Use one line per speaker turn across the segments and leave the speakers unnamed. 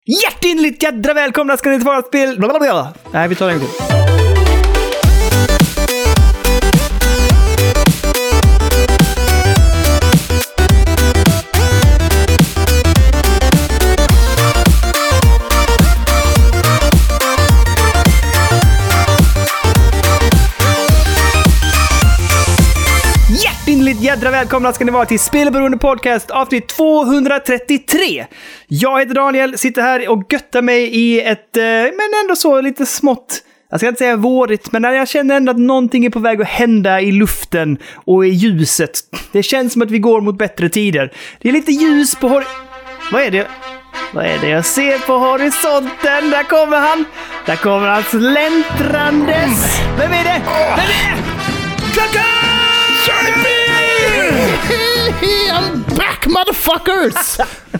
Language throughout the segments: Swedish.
Hjärtinligt jädra välkomna ska ni till vårt spel. Blablabla. Nej, vi tar en gång till. Jädra välkomna ska ni vara till Spelberoende Podcast avsnitt 233. Jag heter Daniel, sitter här och göttar mig i ett, men ändå så lite smått, jag ska inte säga vårigt, men när jag känner ändå att någonting är på väg att hända i luften och i ljuset. Det känns som att vi går mot bättre tider. Det är lite ljus på Vad är det? Vad är det jag ser på horisonten? Där kommer han. Där kommer han släntrandes. Vem är det? Vem är det? Klockan!
I'm back, motherfuckers!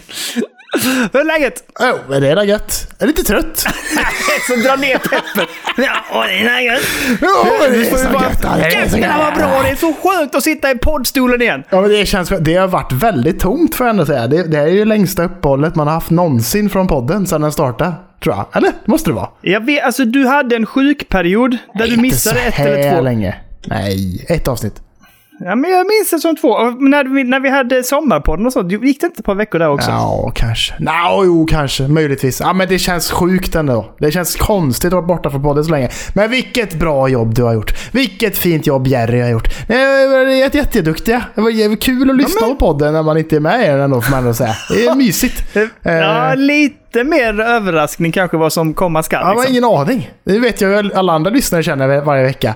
Hur är läget?
Det är gött. Jag är lite trött.
Så drar ner peppen. Ja, det är gött.
Det är så gött.
Det var bra. Det är så skönt att sitta i poddstolen igen.
Ja, men det har varit väldigt tomt, får jag ändå säga. Det är ju längsta uppehållet man har haft någonsin från podden sedan den startade, tror jag. Eller? Det måste det vara.
Jag vet, alltså du hade en sjukperiod där du missade ett eller två.
Länge. Nej, ett avsnitt.
Ja, men jag minns det som två. När vi hade sommarpodden och så, gick det inte på veckor där också?
Ja, kanske. Kanske. Möjligtvis. Ja, men det känns sjukt ändå. Det känns konstigt att vara borta från podden så länge. Men vilket bra jobb du har gjort. Vilket fint jobb Jerry har gjort. Ni är jätteduktiga. Det var kul att lyssna på podden när man inte är med i den ändå, får man ändå säga. Det är mysigt.
Ja, lite mer överraskning kanske vad som komma skall.
Jag har ingen aning. Det vet jag väl alla andra lyssnare känner varje vecka.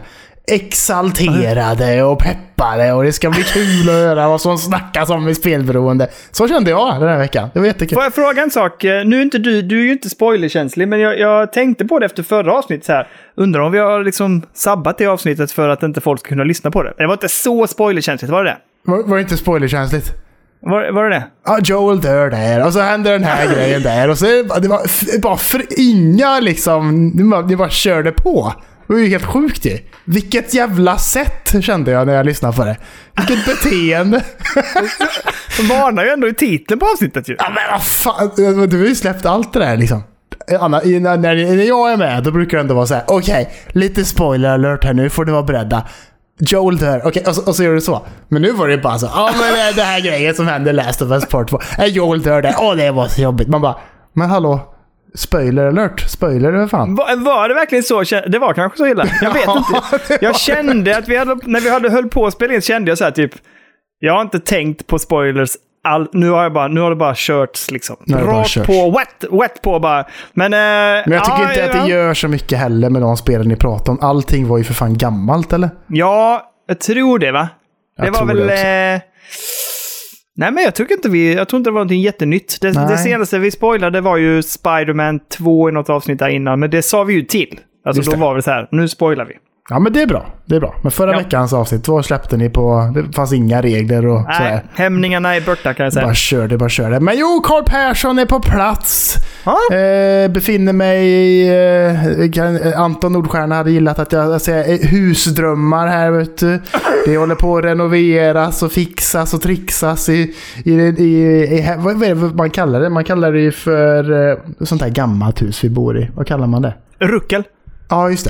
Exalterade och peppade och det ska bli kul att höra vad som snackas om i spelberoende. Så kände jag den här veckan. Det var jättekul.
Får jag fråga en sak? Nu är inte du är ju inte spoilerkänslig, men jag tänkte på det efter förra avsnittet så här. Undrar om vi har liksom sabbat det avsnittet för att inte folk ska kunna lyssna på det. Det var inte så spoilerkänsligt, var det?
Var det inte spoilerkänsligt?
Var det?
Ja, Joel dör där och så händer den här grejen där och så det var bara för inga liksom, ni bara körde på. Det var ju helt sjukt ju. Vilket jävla sätt kände jag när jag lyssnade på det. Vilket beteende.
De varnar ju ändå i titeln på avsnittet ju.
Ja, men vad fan. Du har ju släppt allt det där liksom. Anna, när jag är med, då brukar det ändå vara så här: okej, lite spoiler alert här nu, får ni vara beredda. Joel dör, okej, och så gör du så. Men nu var det bara så, men det här grejen som hände Last of Us Part 2. Joel dör där, det var så jobbigt. Man bara, men hallå, spoiler alert, spoiler eller fan.
Var det verkligen så? Det var kanske så illa. Jag vet inte. Jag kände att när vi hade höll på spelningen kände jag så här typ, jag har inte tänkt på spoilers nu har det bara körts liksom. Rakt på, wet på bara. Men
jag tycker inte att det gör så mycket heller med de spelen ni pratar om. Allting var ju för fan gammalt, eller?
Ja, jag tror det, va? Det var väl... Nej, men jag tror inte det var någonting jättenytt. Det senaste vi spoilade var ju Spider-Man 2 i något avsnitt där innan, men det sa vi ju till. Alltså då var det så här, nu spoilar vi.
Ja, men det är bra. Men förra veckans avsnitt, då släppte ni på... Det fanns inga regler och sådär. Nej,
hämningarna är borta kan jag säga.
Bara kör det. Men jo, Carl Persson är på plats. Befinner mig i... Anton Nordstjärna hade gillat att jag säger husdrömmar här, vet du. Det håller på att renoveras och fixas och trixas vad är det man kallar det? Man kallar det ju för sånt här gammalt hus vi bor i. Vad kallar man det?
Ruckel.
Ja, just det.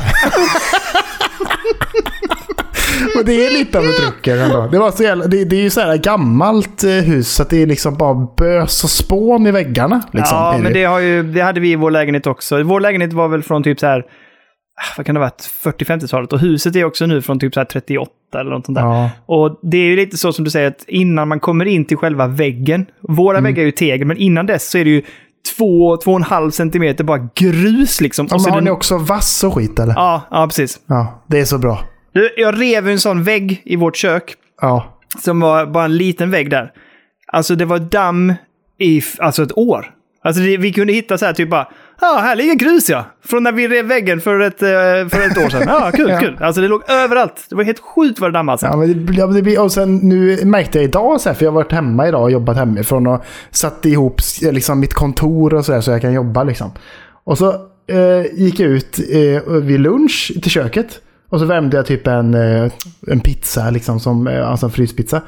Och det är lite av ett ruckel ändå. Det var så jävla, det är ju så här gammalt hus så att det är liksom bara bös och spån i väggarna liksom.
Ja, men det hade vi i vår lägenhet också. Vår lägenhet var väl från typ så här, vad kan det ha varit, 40-50-talet, och huset är också nu från typ så här 38 eller något sånt där. Ja. Och det är ju lite så som du säger att innan man kommer in till själva väggen, våra väggar är ju tegel, men innan dess så är det ju 2,5 centimeter bara grus liksom.
Ja, men har ni också vass och skit eller?
Ja, precis.
Ja, det är så bra.
Jag rev en sån vägg i vårt kök.
Ja.
Som var bara en liten vägg där. Alltså det var damm i ett år. Alltså vi kunde hitta så här typ bara, här ligger grus från när vi rev väggen för ett år sedan. Ja, kul. Alltså det låg överallt. Det var helt sjukt vad det dammade.
Ja, men det blir, och sen nu märkte jag idag så här, för jag har varit hemma idag och jobbat hemifrån och satt ihop liksom mitt kontor och så jag kan jobba liksom. Och så gick jag ut vid lunch till köket och så värmde jag typ en pizza liksom, som alltså en fryspizza.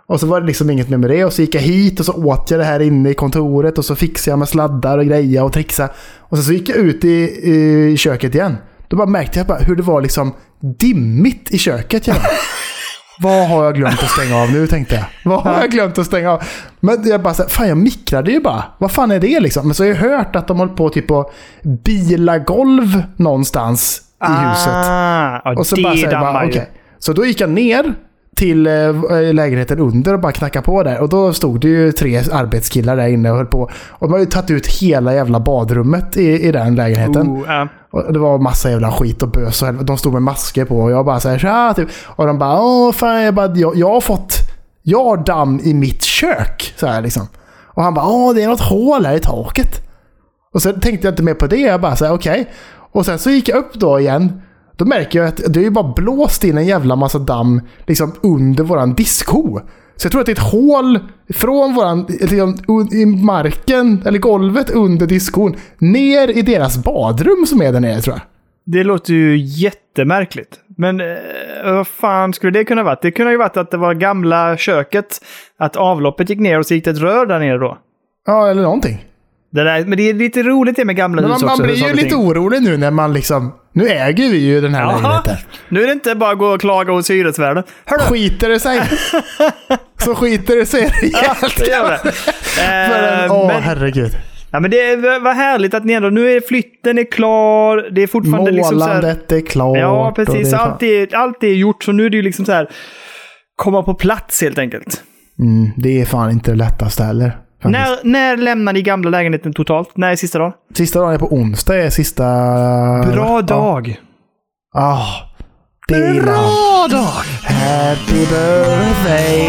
Och så var det liksom inget med det. Och så gick jag hit och så åt jag det här inne i kontoret. Och så fixade jag med sladdar och grejer och trixa. Och så gick jag ut i köket igen. Då bara märkte jag hur det var liksom dimmigt i köket igen. Vad har jag glömt att stänga av nu, tänkte jag. Vad har jag glömt att stänga av? Men jag bara så här, fan jag mikrade ju bara. Vad fan är det liksom? Men så har jag hört att de håller på typ att bila golv någonstans i huset. Och så bara så här, okej. Så då gick jag ner till lägenheten under och bara knackade på där. Och då stod det ju 3 arbetskillar där inne och höll på. Och de har ju tagit ut hela jävla badrummet i den lägenheten. Och det var massa jävla skit och bös och de stod med masker på och jag bara så här typ. Och de bara, åh fan, jag har damm i mitt kök så här liksom. Och han bara, det är något hål här i taket. Och sen tänkte jag inte mer på det, jag bara så här, okej. Och sen så gick jag upp då igen. Då märker jag att det är ju bara blåst in en jävla massa damm liksom under våran diskho. Så jag tror att det är ett hål från våran, i marken eller golvet under diskon ner i deras badrum som är där nere, tror jag.
Det låter ju jättemärkligt. Men vad fan skulle det kunna vara? Det kunde ju varit att det var gamla köket, att avloppet gick ner och så gick det ett rör där nere då.
Ja, eller någonting.
Men det är lite roligt det med gamla hus också.
Man blir ju lite orolig nu när man liksom... Nu äger vi ju den här lägenheten.
Nu är det inte bara att gå och klaga hos hyresvärden.
Skiter det sig. Så skiter det sig rejält.
Det gör det.
Herregud.
Ja, men det var härligt att nu är flytten är klar. Det är fortfarande liksom så här...
Målandet är klart.
Ja, precis. Allt är gjort. Så nu är det ju liksom så här... Komma på plats helt enkelt.
Det är fan inte det lättaste heller.
När lämnar ni gamla lägenheten totalt? När är sista dagen?
Sista dagen är på onsdag. Är sista...
Bra dag.
Det är bra dag. Happy birthday.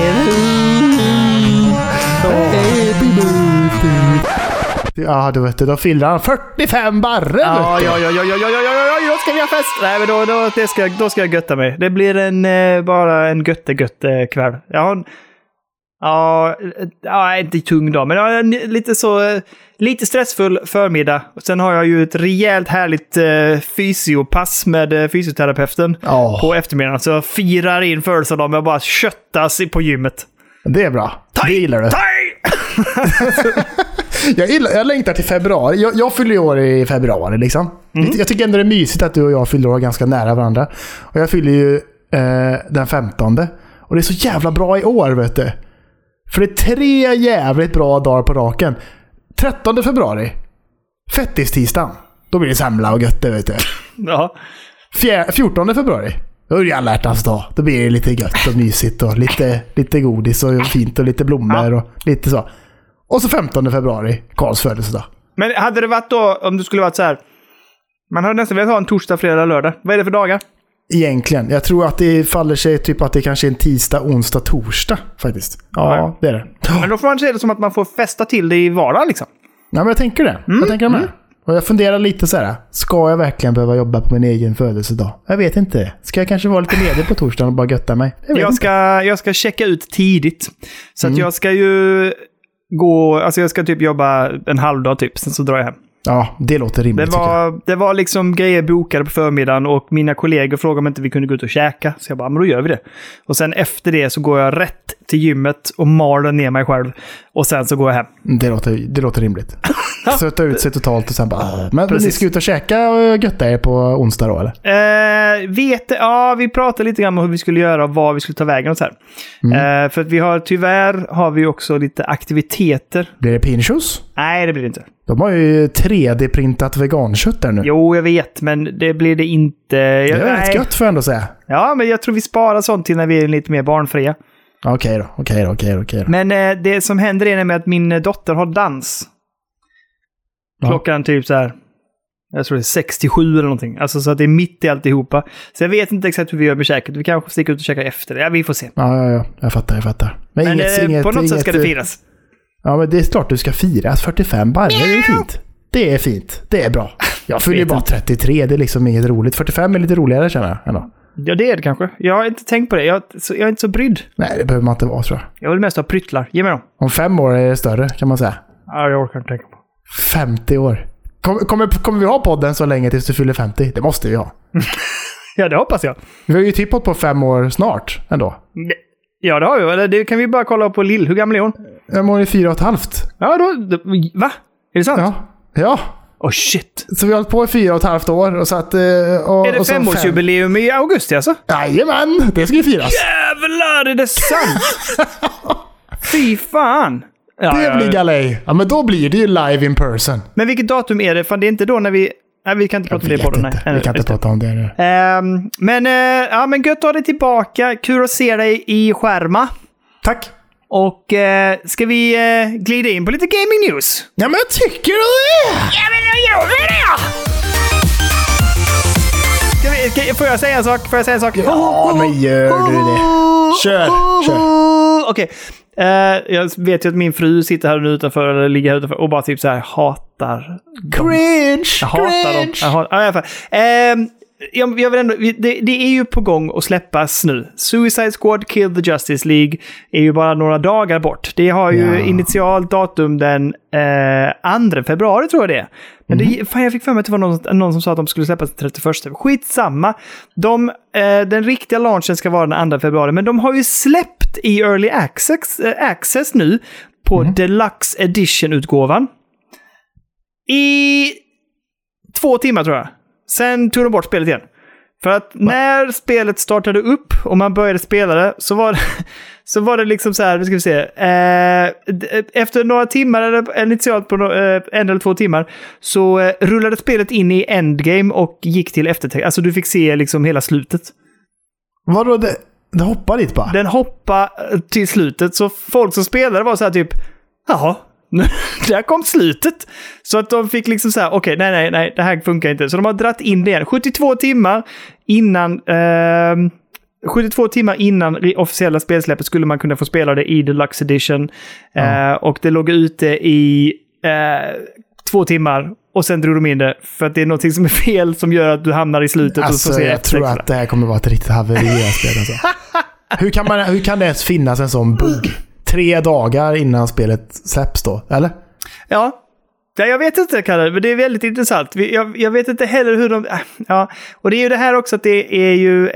Happy birthday. Ja, du vet, då fyller han 45 barre.
Ja, då ska vi ha fest. Nej, men då ska jag götta mig. Det blir bara en götte kväll. Ja, inte tung dag, men lite stressfull förmiddag. Och sen har jag ju ett rejält härligt fysiopass med fysioterapeuten på eftermiddagen. Så jag firar in födelsedagen med att bara köttas på gymmet.
Det är bra. Det gillar du. Jag längtar till februari. Jag fyller år i februari liksom. Jag tycker ändå det är mysigt att du och jag fyller år ganska nära varandra. Och jag fyller ju den 15. Och det är så jävla bra i år, vet du. För det är 3 jävligt bra dagar på raken. 13 februari. Fettistisdagen. Då blir det samla och gött, vet du.
Ja.
14 februari. Då är det alla hjärtans dag. Då blir det lite gött och mysigt och lite godis och fint och lite blommor och lite så. Och så 15 februari, Karls födelsedag. Men
hade det varit då, om det skulle varit så här, man hade nästan velat ha en torsdag, fredag, lördag. Vad är det för dagar?
Egentligen. Jag tror att det faller sig typ att det kanske är en tisdag, onsdag, torsdag faktiskt. Ja, det är det.
Men då får man se det som att man får festa till det i vardagen liksom.
Ja, men jag tänker det. Jag tänker med. Och jag funderar lite så här, ska jag verkligen behöva jobba på min egen födelsedag? Jag vet inte. Ska jag kanske vara lite ledig på torsdagen och bara götta mig?
Jag ska checka ut tidigt. Så att jag ska ju jag ska typ jobba en halvdag typ, sen så drar jag hem.
Ja, det låter rimligt.
Det var liksom grejer bokade på förmiddagen och mina kollegor frågade om inte vi kunde gå ut och käka. Så jag bara, men då gör vi det. Och sen efter det så går jag rätt till gymmet och maler ner mig själv. Och sen så går jag hem.
Det låter rimligt. Söta ut sig totalt och sen bara... Men ni ska ut och käka och götta er på onsdag då, eller?
Vi pratade lite grann om hur vi skulle göra och vad vi skulle ta vägen och så här. För att tyvärr har vi också lite aktiviteter.
Blir det pinchos?
Nej, det blir det inte.
De har ju 3D-printat vegankött där nu.
Jo, jag vet, men det blir det inte. Det
är rätt gött för ändå att säga.
Ja, men jag tror vi sparar sånt till när vi är lite mer barnfria.
Okej då.
Men det som händer är med att min dotter har dans. Klockan typ så här, jag tror det är 67 eller någonting. Alltså så att det är mitt i alltihopa. Så jag vet inte exakt hur vi gör med käket. Vi kanske sticker ut och käkar efter det. Ja, vi får se.
Ja. Jag fattar. Men
på något sätt ska det firas.
Ja, men det är klart du ska firas. 45 barre, det är fint. Det är fint. Det är bra. Jag fyller ju bara 33. Det är liksom inget roligt. 45 är lite roligare, känner jag ändå. Ja,
det är det kanske. Jag har inte tänkt på det. Jag är inte så brydd.
Nej, det behöver man inte vara, tror jag.
Jag vill mest ha pryttlar. Ge mig dem.
Om 5 år är det större, kan man säga.
Ja, jag orkar inte tänka på.
50 år. Kommer vi ha podden så länge tills du fyller 50? Det måste vi ha.
Ja, det hoppas jag.
Vi har ju typ på 5 år snart ändå.
Ja, det har vi. Eller det kan vi bara kolla på Lill. Hur gammal är hon?
Hon är 4,5.
Ja, då... Va? Är det sant?
Ja.
Oh shit.
Så vi har hållit på i 4,5 år. Och så att, och,
är det 5-årsjubileum i augusti alltså?
Jajamän, det ska ju firas.
Jävlar, är det sant? Fy fan.
Ja, det blir galej. Ja, men då blir det ju live in person.
Men vilket datum är det? För det är inte då när vi... Nej, vi kan inte prata om det på den.
Vi kan inte prata om det nu.
Men gött att ha dig tillbaka. Kul att se dig i skärma.
Tack.
Och ska vi glida in på lite gaming news?
Ja, men tycker du det?
Ja, men jag gör det! Får jag säga en sak?
Ja, men gör du det? Kör.
Okej. Jag vet ju att min fru sitter här utanför eller ligger här utanför och bara typ så här hatar dem.
Cringe!
Jag hatar dem. Jag vill ändå, det är ju på gång att släppas nu. Suicide Squad Kill the Justice League är ju bara några dagar bort. Det har ju initialt datum den 2 februari tror jag det är. Men jag fick för mig att det var någon som sa att de skulle släppas den 31. Skitsamma. Den riktiga launchen ska vara den 2 februari. Men de har ju släppt i Early Access nu på Deluxe Edition-utgåvan. I 2 timmar tror jag. Sen tog de bort spelet igen. För att när spelet startade upp och man började spela det så var det liksom så här, vi ska se. Efter några timmar eller initialt på 1 eller 2 timmar så rullade spelet in i endgame och gick till eftertext. Alltså du fick se liksom hela slutet.
Vadå det hoppar dit bara? Den
hoppar till slutet så folk som spelade var så här typ jaha. Där kom slutet. Så att de fick liksom så här, okej, nej, det här funkar inte. Så de har dratt in det igen. 72 timmar innan det officiella spelsläppet skulle man kunna få spela det i Deluxe Edition. Och det låg ute i 2 timmar. Och sen drog de in det. För att det är något som är fel som gör att du hamnar i slutet.
Alltså,
och får se
jag tror att det här kommer vara ett riktigt haveri i spelet. Alltså. Hur kan det ens finnas en sån bugg? 3 dagar innan spelet släpps då, eller? Ja, jag vet inte, Kalle, men det är väldigt intressant. Jag vet inte heller hur de... Ja, och det är ju det här också att det är ju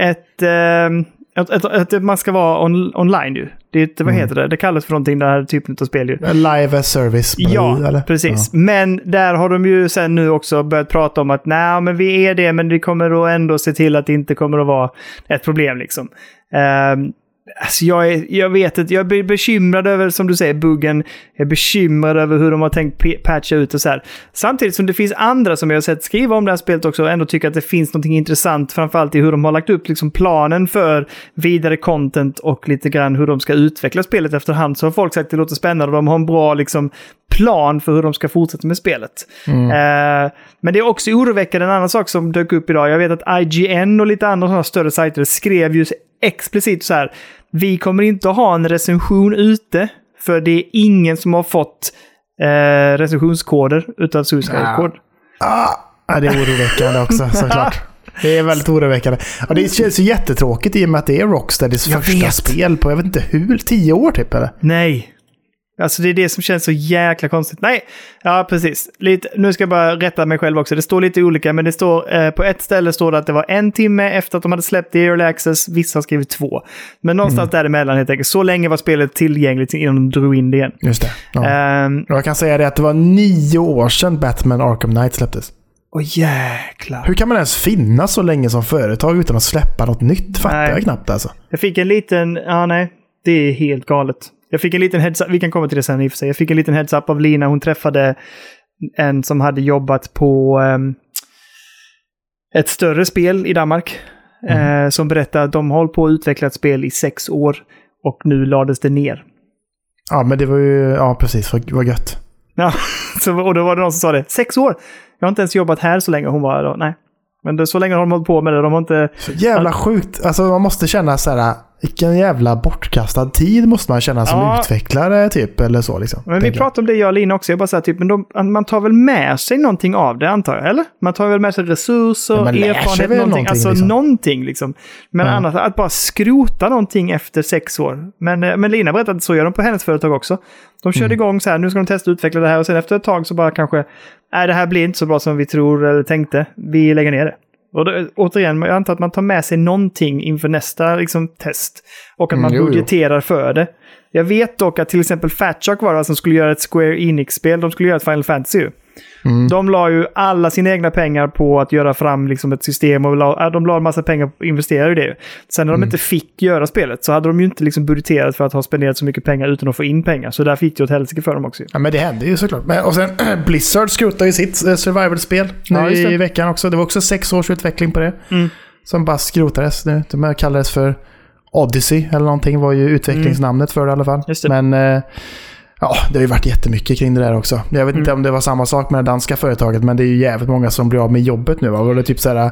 att man ska vara online ju. Det, vad heter det? Det kallas för någonting, den här typen av spel ju. Live as service.
Ja, eller? Precis. Ja. Men där har de ju sen nu också börjat prata om att nej, men vi är det, men det kommer att ändå se till att det inte kommer att vara ett problem liksom. Alltså jag vet inte, jag blir bekymrad över, som du säger, buggen. Jag är bekymrad över hur de har tänkt patcha ut och så här. Samtidigt som det finns andra som jag har sett skriva om det här spelet också och ändå tycker att det finns något intressant, framförallt i hur de har lagt upp liksom planen för vidare content och lite grann hur de ska utveckla spelet efterhand. Så har folk sagt att det låter spännande och de har en bra liksom plan för hur de ska fortsätta med spelet. Men det är också oroväckande en annan sak som dök upp idag. Jag vet att IGN och lite andra sådana större sajter skrev ju explicit så här: vi kommer inte att ha en recension ute för det är ingen som har fått recensionskoder utav Suicide Squad.
Ja, det är oroväckande också, såklart. Det är väldigt oroväckande. Och det känns ju jättetråkigt i och med att det är Rocksteadys första spel på, jag vet inte hur, 10 år typ, eller?
Nej. Alltså det är det som känns så jäkla konstigt. Nej, ja precis. Nu ska jag bara rätta mig själv också. Det står lite olika, men det står på ett ställe står det att det var 1 timme efter att de hade släppt i Early Access. Vissa har skrivit 2. Men någonstans däremellan helt enkelt. Så länge var spelet tillgängligt innan de drog in det igen.
Just det. Ja. Jag kan säga det att det var 9 år sedan Batman Arkham Knight släpptes.
Jäklar.
Hur kan man ens finnas så länge som företag utan att släppa något nytt? Fattar jag knappt alltså.
Jag fick en liten... det är helt galet. Jag fick en liten heads up, vi kan komma till det sen i och för sig. Jag fick en liten heads up av Lina, hon träffade en som hade jobbat på ett större spel i Danmark. Som berättade att de håll på att utveckla ett spel i 6 år och nu lades det ner.
Ja, men det var ju, precis, vad gött.
Ja, och då var det någon som sa det, 6 år? Jag har inte ens jobbat här så länge. Hon var då, nej. Men så länge har de hållit på med det, de har inte...
Så jävla sjukt. Alltså man måste känna så här, vilken jävla bortkastad tid måste man känna som utvecklare typ, eller så liksom.
Men vi pratar om det, jag och Lina också. Jag bara säger typ, men man tar väl med sig någonting av det, antar jag, eller? Man tar väl med sig resurser, erfarenhet, någonting liksom. Men annars, att bara skrota någonting efter 6 år. Men Lina berättade att så gör de på hennes företag också. De körde igång så här, nu ska de testa och utveckla det här och sen efter ett tag så bara kanske, det här blir inte så bra som vi tror eller tänkte. Vi lägger ner det. Och då, återigen, jag antar att man tar med sig någonting inför nästa liksom, test. Och att man budgeterar för det. Jag vet dock att till exempel Fatshark var det som skulle göra ett Square Enix-spel. De skulle göra ett Final Fantasy. De la ju alla sina egna pengar på att göra fram liksom, ett system. Och de la en massa pengar på att investera i det. Sen när de inte fick göra spelet så hade de ju inte liksom, budgeterat för att ha spenderat så mycket pengar utan att få in pengar. Så där fick det åt helsike för dem också.
Ja, men det hände ju såklart. Och sen Blizzard skrotade ju sitt survival-spel nu i veckan också. Det var också 6 års utveckling på det. Som bara skrotades nu. De kallades för Odyssey eller någonting var ju utvecklingsnamnet för det i alla fall. Men ja, det har ju varit jättemycket kring det där också. Jag vet inte om det var samma sak med det danska företaget, men det är ju jävligt många som blir av med jobbet nu. Var det typ såhär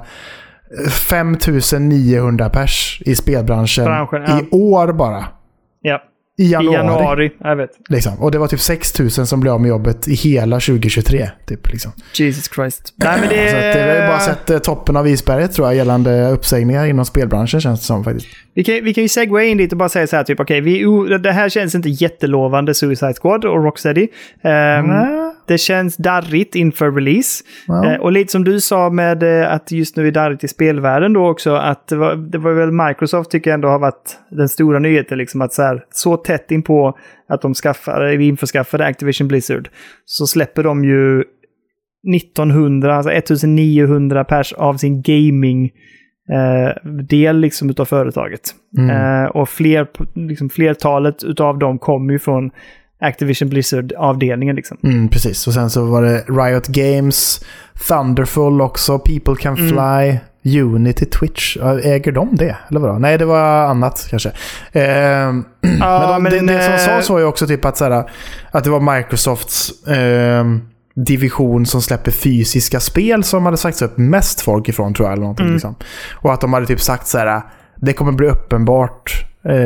5900 pers i spelbranschen i år bara.
Ja.
I januari,
jag vet.
Liksom. Och det var typ 6000 som blev av med jobbet i hela 2023. Typ, liksom.
Jesus Christ. Nej, men det...
Så att det har ju bara sett toppen av isberget tror jag gällande uppsägningar inom spelbranschen känns det som faktiskt.
Vi kan ju segway in lite och bara säga så här typ okej, det här känns inte jättelovande Suicide Squad och Rocksteady. Det känns darrigt inför release. Och lite som du sa med att just nu är darrigt i spelvärlden då också att det var väl Microsoft tycker jag ändå har varit den stora nyheten liksom att så tätt in på att de införskaffade Activision Blizzard så släpper de ju 1900 pers av sin gaming del liksom utav företaget. Och flertalet utav dem kommer ju från Activision Blizzard-avdelningen liksom.
Precis, och sen så var det Riot Games, Thunderful också, People Can Fly, Unity, Twitch. Äger de det? Eller vadå? Nej, det var annat kanske. Men det som sades var ju också typ att, såhär, att det var Microsofts division som släpper fysiska spel som hade sagts upp mest folk ifrån tror jag eller någonting liksom. Och att de hade typ sagt så här: det kommer bli uppenbart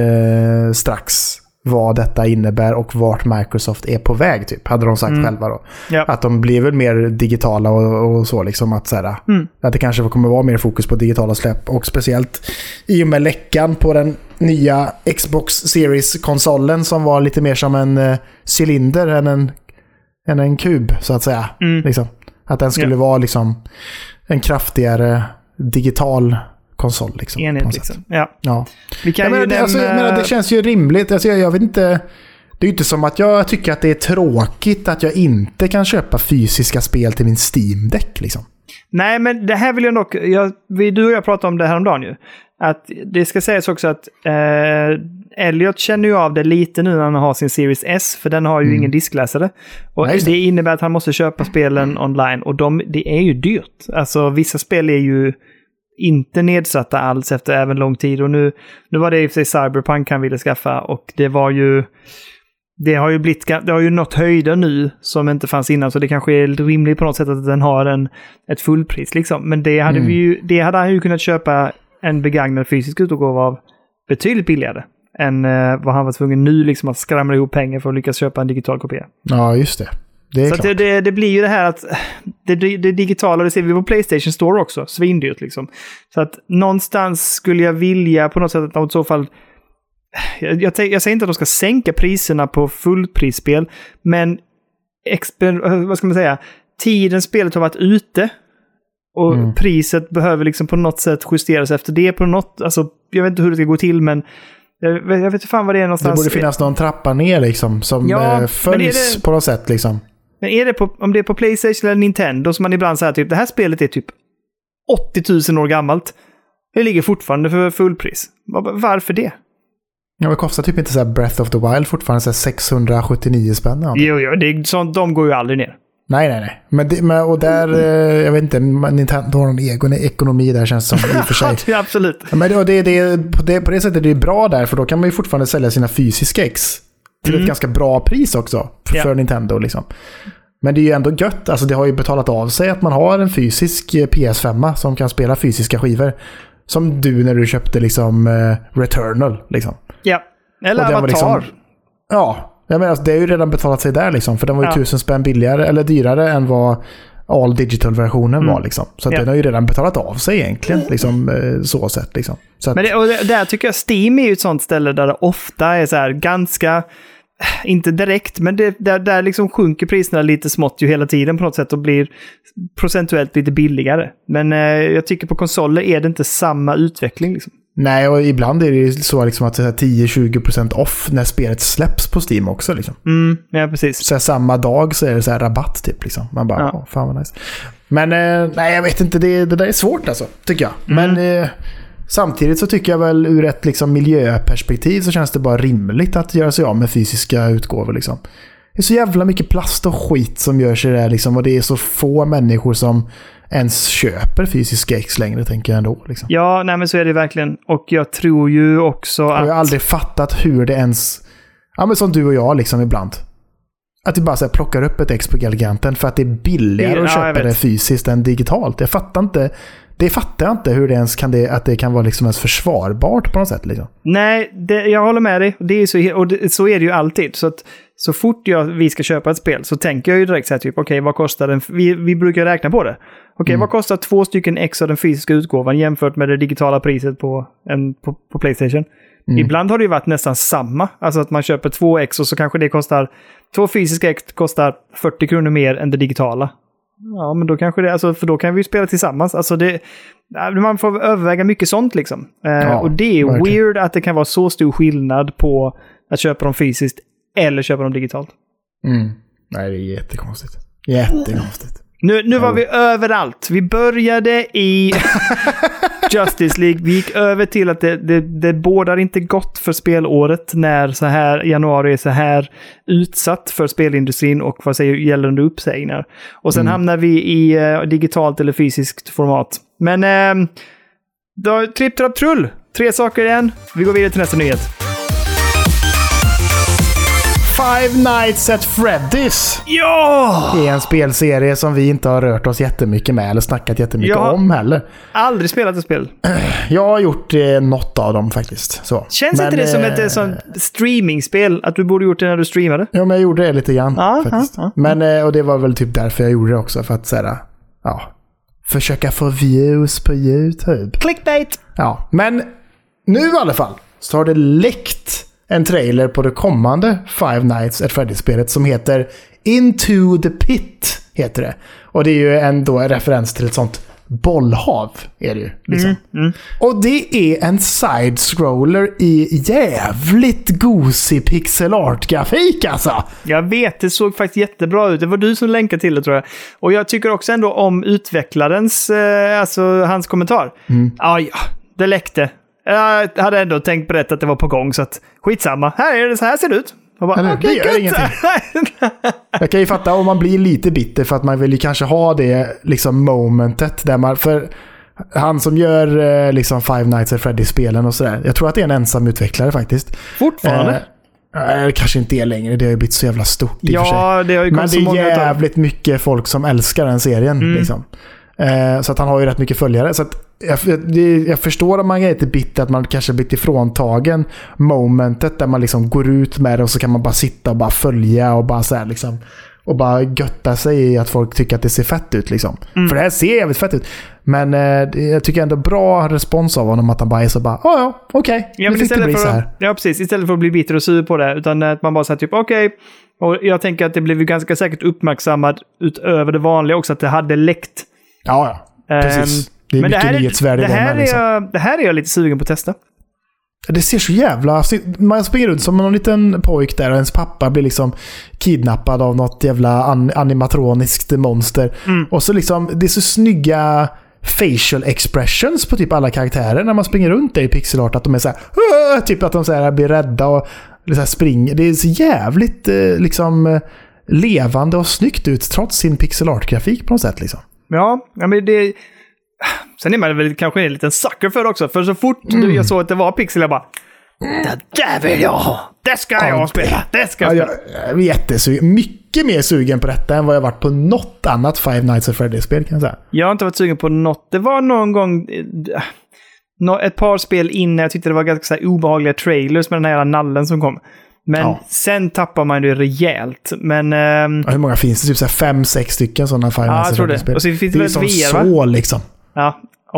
strax vad detta innebär och vart Microsoft är på väg typ, hade de sagt själva då. Yep. Att de blir väl mer digitala och så liksom att så här, att det kanske kommer vara mer fokus på digitala släpp och speciellt i och med läckan på den nya Xbox Series-konsolen som var lite mer som en cylinder än en kub så att säga. Liksom. Att den skulle vara liksom en kraftigare digital konsol liksom.
Enhet liksom. Ja.
Vi kan det känns ju rimligt. Alltså, jag vet inte. Det är ju inte som att jag tycker att det är tråkigt att jag inte kan köpa fysiska spel till min Steam-däck liksom.
Nej, men det här vill jag nog... Du och jag pratade om det här om dagen ju. Att det ska sägas också att Elliot känner ju av det lite nu när han har sin Series S. För den har ju ingen diskläsare. Och det innebär att han måste köpa spelen online. Och det är ju dyrt. Alltså vissa spel är ju inte nedsatta alls efter även lång tid. Och nu var det i och för sig Cyberpunk han ville skaffa. Och det var ju... Det har ju nått höjder nu som inte fanns innan, så det kanske är rimligt på något sätt att den har ett fullpris liksom. Men det hade han ju kunnat köpa en begagnad fysisk utgåva av betydligt billigare än vad han var tvungen nu liksom att skramla ihop pengar för att lyckas köpa en digital kopia.
Ja, just det. Det är
så
klart.
Det blir ju det här att det digitala, det ser vi på PlayStation Store också, svindyrt liksom. Så att någonstans skulle jag vilja på något sätt att de i så fall... Jag säger inte att de ska sänka priserna på fullprisspel, men vad ska man säga, tiden spelet har varit ute och priset behöver liksom på något sätt justeras efter det på något, alltså jag vet inte hur det ska gå till, men jag vet inte fan vad det är någonstans.
Det borde finnas någon trappa ner liksom som följs på något sätt liksom.
Men är det om det är på PlayStation eller Nintendo som man ibland säger typ det här spelet är typ 80 000 år gammalt, det ligger fortfarande för fullpris. Varför det?
Ja, det kostar typ inte så här Breath of the Wild fortfarande så här 679 spänn.
Jo, det är sånt, de går ju aldrig ner.
Nej. Men och där, jag vet inte, Nintendo har någon egen ekonomi där känns som i och för sig.
Ja, absolut.
Men på det sättet är det bra där, för då kan man ju fortfarande sälja sina fysiska ex till ett ganska bra pris också för Nintendo liksom. Men det är ju ändå gött, alltså det har ju betalat av sig att man har en fysisk PS5 som kan spela fysiska skivor. Som du när du köpte liksom Returnal liksom. Ja,
eller Avatar.
Liksom, jag menar alltså, det är ju redan betalat sig där liksom, för den var ju 1000 spänn billigare eller dyrare än vad all digital-versionen var liksom. Så att den har ju redan betalat av sig egentligen liksom, så sätt liksom. Så att...
Men där tycker jag Steam är ju ett sånt ställe där det ofta är så här ganska... inte direkt, men där liksom sjunker priserna lite smått ju hela tiden på något sätt och blir procentuellt lite billigare. Men jag tycker på konsoler är det inte samma utveckling liksom.
Nej, och ibland är det så liksom att 10-20% off när spelet släpps på Steam också liksom.
Ja, precis.
Så samma dag så är det så här rabatt typ liksom. Man bara, fan vad nice. Men nej, jag vet inte, det där är svårt alltså, tycker jag. Men samtidigt så tycker jag väl ur ett liksom miljöperspektiv så känns det bara rimligt att göra sig av med fysiska utgåvor liksom. Det är så jävla mycket plast och skit som gör sig där liksom, och det är så få människor som ens köper fysiska ex längre, tänker jag ändå liksom.
Ja, nej men så är det verkligen. Och jag tror ju också att...
Jag har aldrig fattat hur det ens... Ja, men som du och jag liksom ibland. Att du bara så här, plockar upp ett ex på Galganten för att det är billigare att köpa det fysiskt än digitalt. Jag fattar inte... Det fattar jag inte hur det ens kan att det kan vara liksom ens försvarbart på något sätt liksom.
Nej, jag håller med dig. Det är så är det ju alltid. Så att så fort vi ska köpa ett spel så tänker jag ju direkt så här typ, okej, vad kostar den? Vi brukar räkna på det. Okej, vad kostar 2 stycken ex av den fysiska utgåvan jämfört med det digitala priset på PlayStation? Ibland har det ju varit nästan samma. Alltså att man köper 2 ex och så kanske det kostar... 2 fysiska ex kostar 40 kronor mer än det digitala. Ja, men då kanske det... Alltså, för då kan vi ju spela tillsammans. Alltså man får överväga mycket sånt liksom. Och det är verkligen weird att det kan vara så stor skillnad på att köpa dem fysiskt eller köpa dem digitalt.
Nej, det är jättekonstigt. Jättekonstigt.
Nu var vi överallt. Vi började i Justice League. Vi gick över till att det bådar inte gott för spelåret när så här januari är så här utsatt för spelindustrin och vad säger gällande uppsägningar. Och sen hamnar vi i digitalt eller fysiskt format. Men då tripp, trapp, trull. 3 saker igen. Vi går vidare till nästa nyhet.
Five Nights at Freddy's.
Ja!
Det är en spelserie som vi inte har rört oss jättemycket med eller snackat jättemycket om heller.
Aldrig spelat ett spel.
Jag har gjort något av dem faktiskt. Så.
Känns inte det som ett sånt streamingspel? Att du borde gjort det när du streamade?
Ja, men jag gjorde det lite grann faktiskt. Men, och det var väl typ därför jag gjorde det också. För att säga, försöka få views på YouTube.
Clickbait!
Ja, men nu i alla fall så har det läckt en trailer på det kommande Five Nights at Freddy's-spelet som heter Into the Pit, heter det. Och det är ju en referens till ett sånt bollhav, är det ju. Liksom. Och det är en side-scroller i jävligt gosig pixel art-grafik, alltså.
Jag vet, det såg faktiskt jättebra ut. Det var du som länkade till det, tror jag. Och jag tycker också ändå om utvecklarens, alltså hans kommentar. Ja, det läckte. Jag hade ändå tänkt berätta att det var på gång, så att skitsamma. Här är det, så här ser det ut. Bara,
det gör ingenting. Jag kan ju fatta om man blir lite bitter för att man vill ju kanske ha det liksom momentet där man, för han som gör liksom Five Nights at Freddy's-spelen och sådär. Jag tror att det är en ensam utvecklare faktiskt.
Fortfarande?
Kanske inte är längre, det har ju blivit så jävla stort i och för sig.
Det har ju
men det är jävligt mycket folk som älskar den serien liksom. Så att han har ju rätt mycket följare. Så att jag förstår om man är lite bitter att man kanske blir ifråntagen momentet där man liksom går ut med det och så kan man bara sitta och bara följa och bara så här liksom, och bara götta sig i att folk tycker att det ser fett ut liksom. För det här ser jävligt fett ut. Men jag tycker ändå bra respons av honom att han bara är så bara, okej.
Ja, men istället för att, ja, precis. Istället för att bli bitter och sur på det, utan att man bara säger typ okej. Och jag tänker att det blev ju ganska säkert uppmärksammad utöver det vanliga också, att det hade läckt.
Ja, precis. Det är mycket nyhetsvärde i det.
Det här är jag lite sugen på att testa.
Det ser så jävla... Man springer runt som någon liten pojk där och ens pappa blir liksom kidnappad av något jävla animatroniskt monster. Och så liksom, det är så snygga facial expressions på typ alla karaktärer när man springer runt där i pixelart, att de är så här, typ att de så här blir rädda och så här springer. Det är så jävligt liksom levande och snyggt ut trots sin pixelart-grafik på något sätt liksom.
Ja, men det... Sen är man väl kanske en liten sucker för det också. För så fort jag såg att det var pixel, jag bara... Det där vill jag ha! Det ska jag spela! Det ska jag spela!
Jag är jättesugen. Mycket mer sugen på detta än vad jag varit på något annat Five Nights at Freddy's-spel, kan jag säga.
Jag har inte varit sugen på något. Det var någon gång... Ett par spel innan jag tyckte det var ganska så här obehagliga trailers med den här jävla nallen som kom. Men sen tappar man det rejält. Men,
hur många finns det? Typ 5-6 stycken sådana Five Nights at Freddy's-spel.
Och så finns
det är som
VR,
så liksom.
Ja.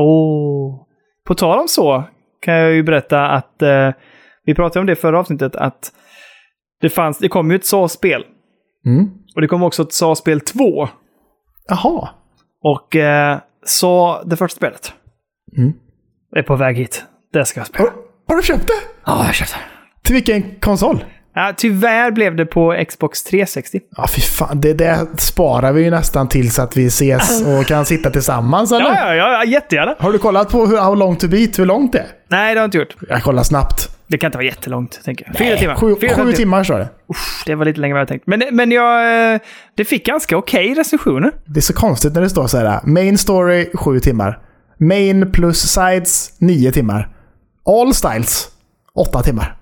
På tal om så kan jag ju berätta att vi pratade om det förra avsnittet, att det kom ju ett SAS-spel. Och det kom också ett SAS-spel 2.
Jaha.
Och det första spelet är på väg hit. Det ska jag spela.
Har du köpt det?
Ja, jag köpte det.
Till vilken konsol?
Ja, tyvärr blev det på Xbox 360.
Ja, fy fan. Det sparar vi ju nästan tills att vi ses och kan sitta tillsammans, eller?
Ja, jättegärna.
Har du kollat på How long to beat? Hur långt det är?
Nej, det har jag inte gjort.
Jag kollar snabbt.
Det kan inte vara jättelångt, tänker jag. 4 timmar.
7 timmar, sa det.
Det var lite längre än jag tänkt. Men det fick ganska okej recensioner.
Det är så konstigt när det står så här. Main story 7 timmar. Main plus sides 9 timmar. All styles 8 timmar.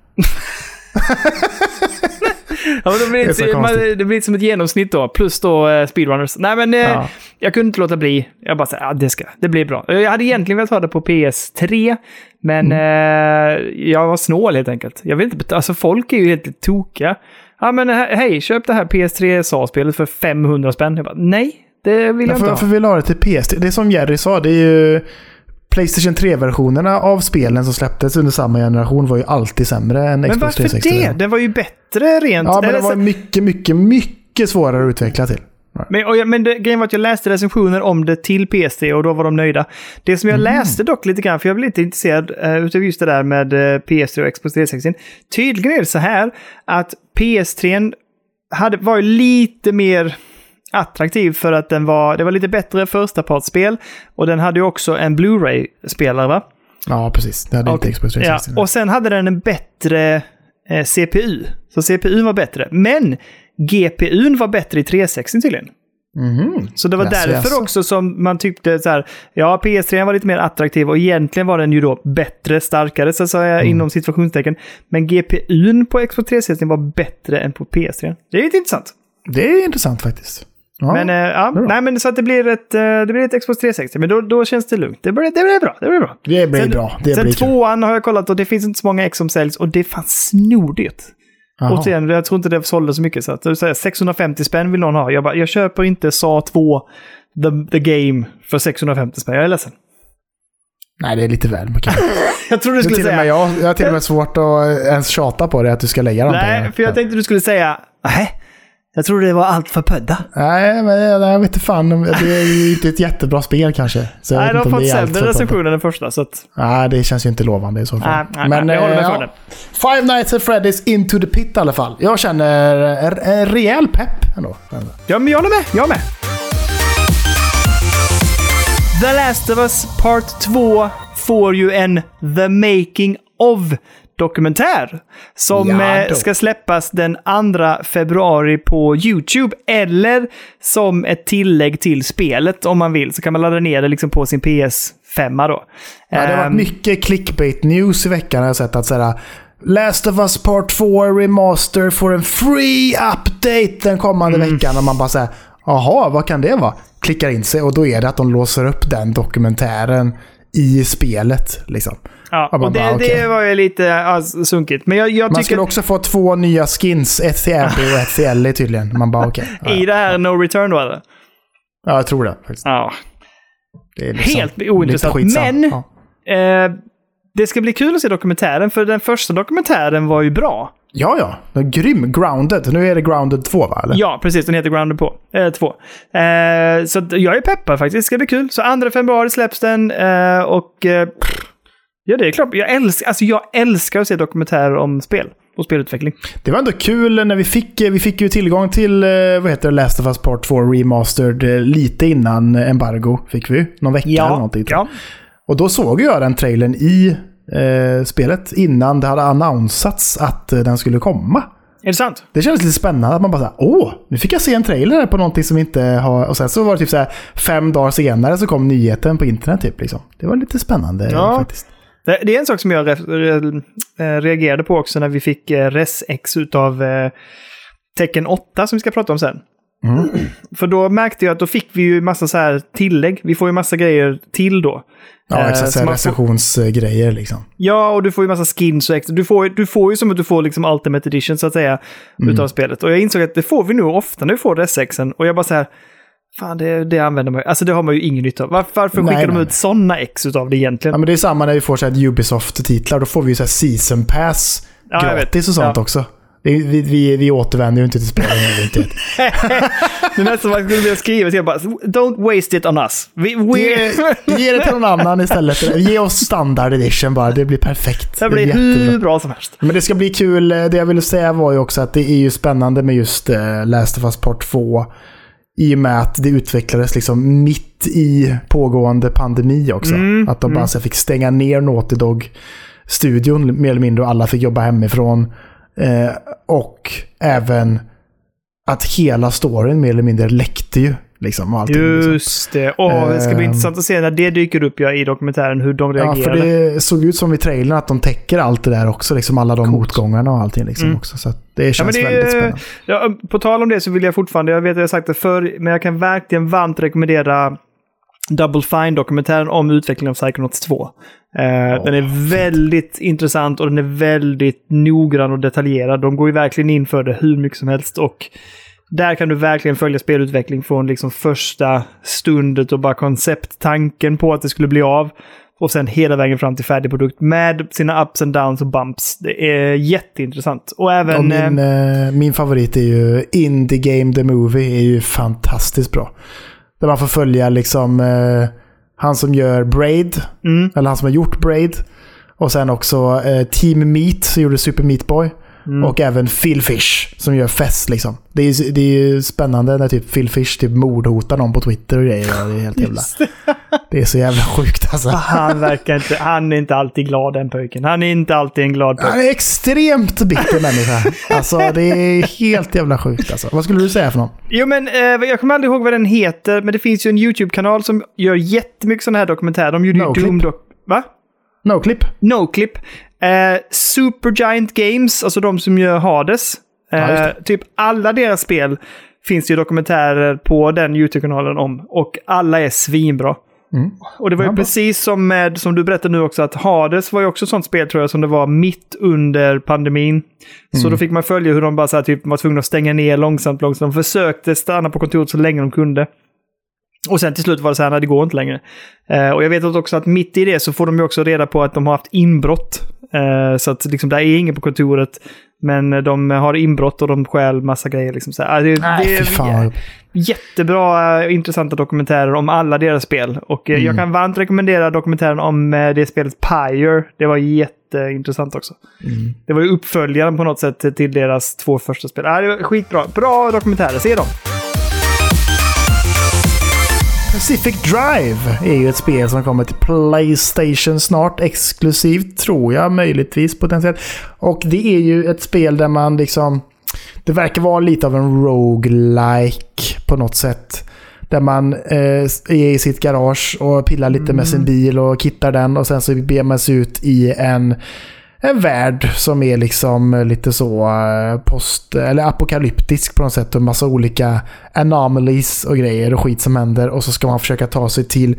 Ja, det blir som ett genomsnitt då. Plus då speedrunners. Nej, men jag kunde inte låta bli. Jag bara sa, det blir bra. Jag hade egentligen velat ha det på PS3. Men jag var snål helt enkelt. Jag vill inte alltså folk är ju helt tokiga. Ja, men hej, köp det här PS3 SAS-spelet för 500 spänn. Jag bara, nej, det vill jag inte ha.
Varför vill jag ha det till PS3? Det är som Jerry sa, det är ju PlayStation 3-versionerna av spelen som släpptes under samma generation var ju alltid sämre än Xbox 360. Men
varför det? Den var ju bättre rent.
Ja, men det var mycket svårare att utveckla till.
Men grejen var att jag läste recensioner om det till PS3 och då var de nöjda. Det som jag läste dock lite grann, för jag blev lite intresserad utav just det där med PS3 och Xbox 360. Tydligen är det så här att PS3 var ju lite mer attraktiv för att det var lite bättre första partsspel och den hade ju också en Blu-ray-spelare, va?
Ja, precis. Det hade inte Xbox 360.
Ja, och sen hade den en bättre CPU. Så CPU var bättre. Men GPUn var bättre i 360 tydligen. Så det var därför också som man tyckte så här, ja, PS3 var lite mer attraktiv och egentligen var den ju då bättre, starkare så sa jag inom situationstecken. Men GPUn på Xbox 360 var bättre än på PS3. Det är lite intressant.
Det är intressant faktiskt. Ja,
men så att det blir ett Xbox 360, men då känns det lugnt. Det blir bra. Sen 2:an har jag kollat och det finns inte så många X som säljs och det är fan snordigt. Återigen, jag tror inte det sålde så mycket så att 650 spänn vill någon ha. Jag köper inte SA 2 the game för 650 spänn. Jag är ledsen.
Nej, det är lite väl mycket.
Jag tror du skulle säga.
Jag har till och med svårt att ens tjata på det att du ska lägga dem.
Nej, för jag tänkte du skulle säga jag tror det var allt för pödda.
Nej, men jag vet inte fan. Det är ju inte ett jättebra spel kanske. Så
nej, de har fått sämre recensioner än första. Så att...
Nej, det känns ju inte lovande i så fall.
Men jag håller med för det.
Five Nights at Freddy's Into the Pit i alla fall. Jag känner en rejäl pepp ändå.
Ja, men jag är med. The Last of Us Part 2 får ju en The Making of dokumentär som ska släppas den 2 februari på YouTube eller som ett tillägg till spelet om man vill, så kan man ladda ner det liksom på sin PS5 då.
Ja, det har varit mycket clickbait news i veckan. Jag har sett att såhär, Last of Us Part 2 Remaster får en free update den kommande veckan och man bara säger, jaha, vad kan det vara? Klickar in sig och då är det att de låser upp den dokumentären i spelet liksom.
Ja, och det var ju lite sunkigt. Men jag tycker
man skulle också få 2 nya skins, ett till Abby och ett till Ellie tydligen. Man bara okej.
I det här No Return då eller?
Ja, jag tror det faktiskt.
Ja.
Det är liksom
helt ointressant. Men det ska bli kul att se dokumentären, för den första dokumentären var ju bra.
Ja. Den är grym. Grounded. Nu är det Grounded 2, va? Eller?
Ja, precis. Den heter Grounded 2. Så jag är peppad faktiskt. Det ska bli kul. Så 2 februari släpps den. Ja, det är klart. Jag älskar att se dokumentärer om spel och spelutveckling.
Det var ändå kul när vi fick ju tillgång till Last of Us Part 2 Remastered lite innan embargo fick vi. Någon vecka eller någonting. Ja. Och då såg jag den trailern i spelet innan det hade annonsats att den skulle komma.
Är det sant?
Det kändes lite spännande att man bara såhär, nu fick jag se en trailer på någonting som inte har... Och sen så var det typ såhär 5 dagar senare så kom nyheten på internet typ liksom. Det var lite spännande faktiskt.
Det är en sak som jag reagerade på också när vi fick Res X utav Tekken 8 som vi ska prata om sen. För då märkte jag att då fick vi ju massa så här tillägg. Vi får ju massa grejer till då.
Ja, exakt. Recensionsgrejer liksom. Ja,
och du får ju massa skins och extra. Du får ju som att du får liksom Ultimate Edition så att säga utav spelet. Och jag insåg att det får vi nu ofta när vi får Res Xen. Och jag bara så här, fan det använder man ju. Alltså det har man ju ingen nytta av. Varför skickar de ut sådana X utav det egentligen?
Ja, men det är samma när vi får så här Ubisoft-titlar. Då får vi ju så här Season Pass gratis och sånt också. Vi återvänder ju inte till spelet.
Det är nästan man skulle vilja skriva till bara, don't waste it on us.
Ge det till någon annan istället. Ge oss standard edition bara, det blir perfekt.
Det blir hur bra som helst.
Men det ska bli kul. Det jag ville säga var ju också att det är ju spännande med just Last of Us Part 2 i och med att det utvecklades liksom mitt i pågående pandemi också. Att de bara så fick stänga ner Naughty Dog-studion mer eller mindre och alla fick jobba hemifrån. Och även att hela storyn mer eller mindre läckte ju. Liksom, och allting,
just det. Det ska bli intressant att se när det dyker upp i dokumentären hur de reagerar.
Ja, för det såg ut som i trailern att de täcker allt det där också. Liksom alla de motgångarna och allting liksom också. Så att det känns väldigt spännande.
Ja, på tal om det så vill jag fortfarande, jag vet att jag har sagt det förr, men jag kan verkligen varmt rekommendera Double Fine-dokumentären om utvecklingen av Psychonauts 2. Den är väldigt intressant och den är väldigt noggrann och detaljerad. De går ju verkligen in för det hur mycket som helst och där kan du verkligen följa spelutveckling från liksom första stundet och bara koncepttanken på att det skulle bli av och sen hela vägen fram till färdig produkt med sina ups and downs och bumps. Det är jätteintressant. Och även
min favorit är ju Indie Game The Movie är ju fantastiskt bra. Där man får följa liksom han som gör Braid eller han som har gjort Braid och sen också Team Meat som gjorde Super Meat Boy. Och även Phil Fish som gör fest liksom. Det är ju spännande när typ Phil Fish typ mordhotar någon på Twitter och grejer. Det är helt jävla. Det är så jävla sjukt alltså.
Han är inte alltid glad den pojken. Han är inte alltid en glad pojke.
Han är extremt bitter människa. Alltså det är helt jävla sjukt alltså. Vad skulle du säga för någon?
Jo men jag kommer aldrig ihåg vad den heter, men det finns ju en YouTube-kanal som gör jättemycket sådana här dokumentärer. De gjorde ju Va? Noclip. Supergiant Games, alltså de som gör Hades. Typ alla deras spel finns det ju dokumentärer på den YouTube-kanalen om. Och alla är svinbra. Och det var ju precis som du berättade nu också, att Hades var ju också ett sånt spel tror jag som det var mitt under pandemin. Så då fick man följa hur de bara så här, typ, var tvungna att stänga ner långsamt. De försökte stanna på kontoret så länge de kunde. Och sen till slut var det så här, nej, det går inte längre. Och jag vet också att mitt i det så får de ju också reda på att de har haft inbrott. Så att liksom, där är ingen på kontoret. Men de har inbrott och de stjäl massa grejer. Liksom, så här. Det är jättebra, intressanta dokumentärer om alla deras spel. Och jag kan varmt rekommendera dokumentären om det spelet Pyre. Det var jätteintressant också. Det var ju uppföljaren på något sätt till deras 2 första spel. Det var skitbra. Bra dokumentärer, se dem.
Pacific Drive är ju ett spel som kommer till PlayStation snart, exklusivt tror jag, möjligtvis potentiellt. Och det är ju ett spel där man liksom, det verkar vara lite av en roguelike på något sätt. Där man är i sitt garage och pillar lite med sin bil och kittar den och sen så beger man sig ut i en värld som är liksom lite så eller apokalyptisk på något sätt och en massa olika anomalies och grejer och skit som händer och så ska man försöka ta sig till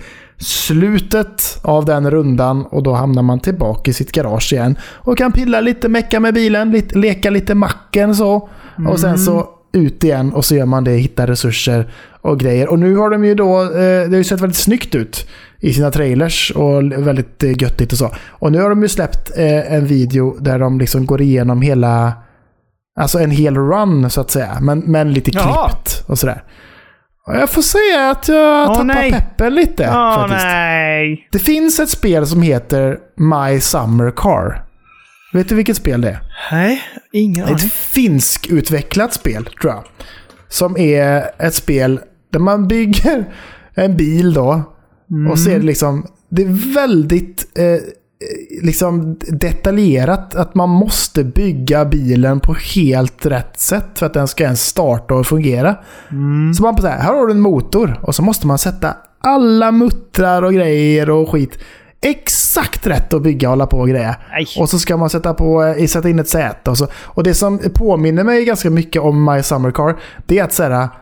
slutet av den rundan och då hamnar man tillbaka i sitt garage igen och kan pilla lite, mecka med bilen, leka lite macken så och sen så ut igen och så gör man det, hittar resurser och grejer. Och nu har de ju då, det har ju sett väldigt snyggt ut i sina trailers och väldigt göttigt och så. Och nu har de ju släppt en video där de liksom går igenom hela, alltså en hel run så att säga, men lite klippt och sådär. Och jag får säga att jag tappar peppen lite faktiskt.
Nej.
Det finns ett spel som heter My Summer Car. Vet du vilket spel det är?
Nej, ingen aning.
Ett finsk-utvecklat spel, tror jag. Som är ett spel där man bygger en bil då. Och ser liksom, det är väldigt liksom detaljerat att man måste bygga bilen på helt rätt sätt för att den ska ens starta och fungera. Så man på så här har du en motor och så måste man sätta alla muttrar och grejer och skit exakt rätt att bygga och hålla på och greja. Och så ska man sätta in ett säte och så. Och det som påminner mig ganska mycket om My Summer Car, det är att så här,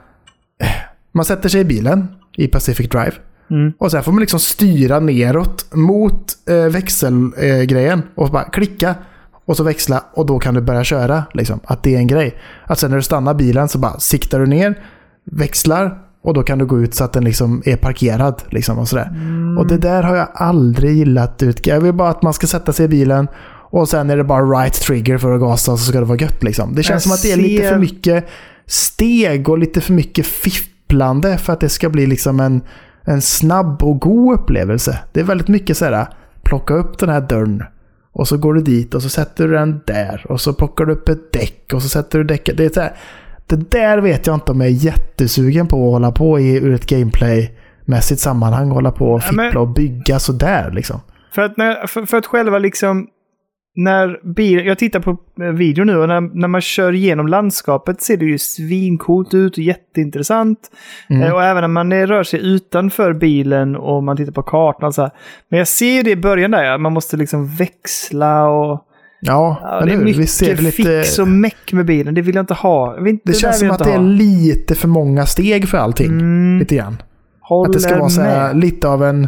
man sätter sig i bilen i Pacific Drive. Och sen får man liksom styra neråt mot växelgrejen och bara klicka och så växla och då kan du börja köra liksom, att det är en grej. Att sen när du stannar bilen så bara siktar du ner, växlar och då kan du gå ut så att den liksom är parkerad liksom och sådär. Och det där har jag aldrig gillat ut. Jag vill bara att man ska sätta sig i bilen Och sen är det bara right trigger för att gasa, så ska det vara gött liksom. Det känns som att det är lite för mycket steg och lite för mycket fipplande för att det ska bli liksom en snabb och god upplevelse. Det är väldigt mycket så här, plocka upp den här dörren och så går du dit och så sätter du den där och så plockar du upp ett däck och så sätter du däcket. Det är så här, det där vet jag inte om jag är jättesugen på att hålla på i ur ett gameplay-mässigt sammanhang, hålla på och fippla och bygga så där liksom.
För att själva liksom när jag tittar på video nu och när man kör igenom landskapet ser det ju svincoolt ut och jätteintressant. Och även när man rör sig utanför bilen och man tittar på kartan och så här. Men jag ser det i början där, man måste liksom växla och
ja
det är mycket fix och meck med bilen. Det vill jag inte ha. Det
känns som att det är lite för många steg för allting. Lite grann. Att det ska vara så här, lite av en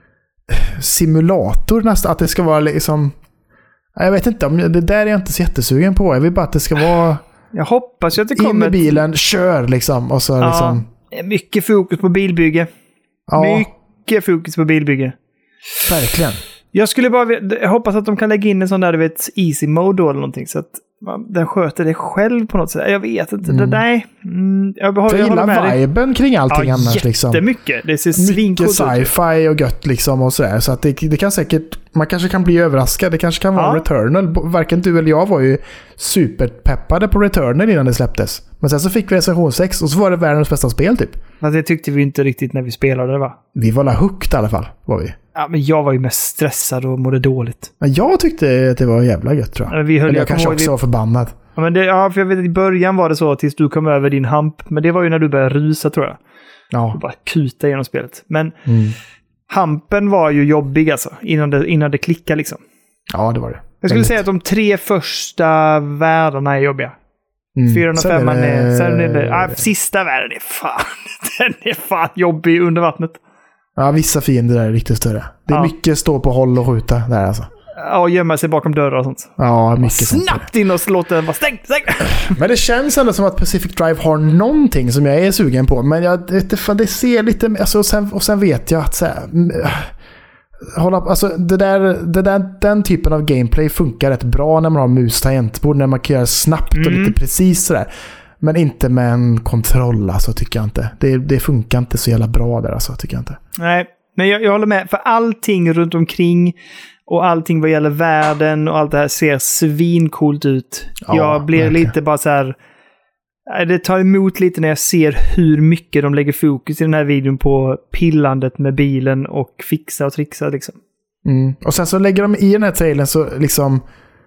simulator nästan. Att det ska vara liksom... Jag vet inte, det där är jag inte så jättesugen på. Jag vill bara att det ska vara...
Jag hoppas att det kommer...
In i bilen, kör liksom. Och så liksom...
Mycket fokus på bilbygge. Ja. Mycket fokus på bilbygge.
Verkligen.
Jag hoppas att de kan lägga in en sån där, du vet, easy mode eller någonting. Så att den sköter det själv på något sätt. Jag vet inte. Jag
gillar viben kring allting annars.
Jättemycket.
Liksom.
Det ser svincoolt ut.
Mycket sci-fi och gött liksom och sådär. Så att det kan säkert... Man kanske kan bli överraskad. Det kanske kan vara Returnal. Varken du eller jag var ju superpeppade på Returnal innan det släpptes. Men sen så fick vi recension 6 och så var det världens bästa spel typ.
Men det tyckte vi inte riktigt när vi spelade det, va?
Vi var hooked i alla fall, var vi.
Ja, men jag var ju mest stressad och mådde dåligt.
Men jag tyckte att det var jävla gött, tror jag. Eller jag kanske också var förbannad.
Ja, men för jag vet att i början var det så tills du kom över din hamp. Men det var ju när du började rusa, tror jag.
Ja.
Du bara kuta genom spelet. Men hampen var ju jobbig alltså. Innan det klickade liksom.
Ja, det var det.
Jag skulle säga att de 3 första världarna är jobbiga. 405 är sista världen är fan. Den är fan jobbig under vattnet.
Ja, vissa fiender där är riktigt större. Det är mycket stå på håll och skjuta där alltså.
Ja, och gömma sig bakom dörrar och sånt.
Ja, mycket sånt.
Snabbt in och låta den vara stängd.
Men det känns ändå som att Pacific Drive har någonting som jag är sugen på. Men det ser lite... Alltså, och sen vet jag att så här, alltså, den typen av gameplay funkar rätt bra när man har mus-tangentbord. När man kan göra snabbt och lite precis sådär. Men inte med en kontroll, alltså, tycker jag inte. Det funkar inte så jävla bra där, alltså, tycker jag inte.
Nej, men jag håller med. För allting runt omkring och allting vad gäller världen och allt det här ser svincoolt ut. Ja, jag blir verkligen lite bara så här... Det tar emot lite när jag ser hur mycket de lägger fokus i den här videon på pillandet med bilen och fixa och trixa liksom.
Och sen så lägger de i den här trailern så liksom...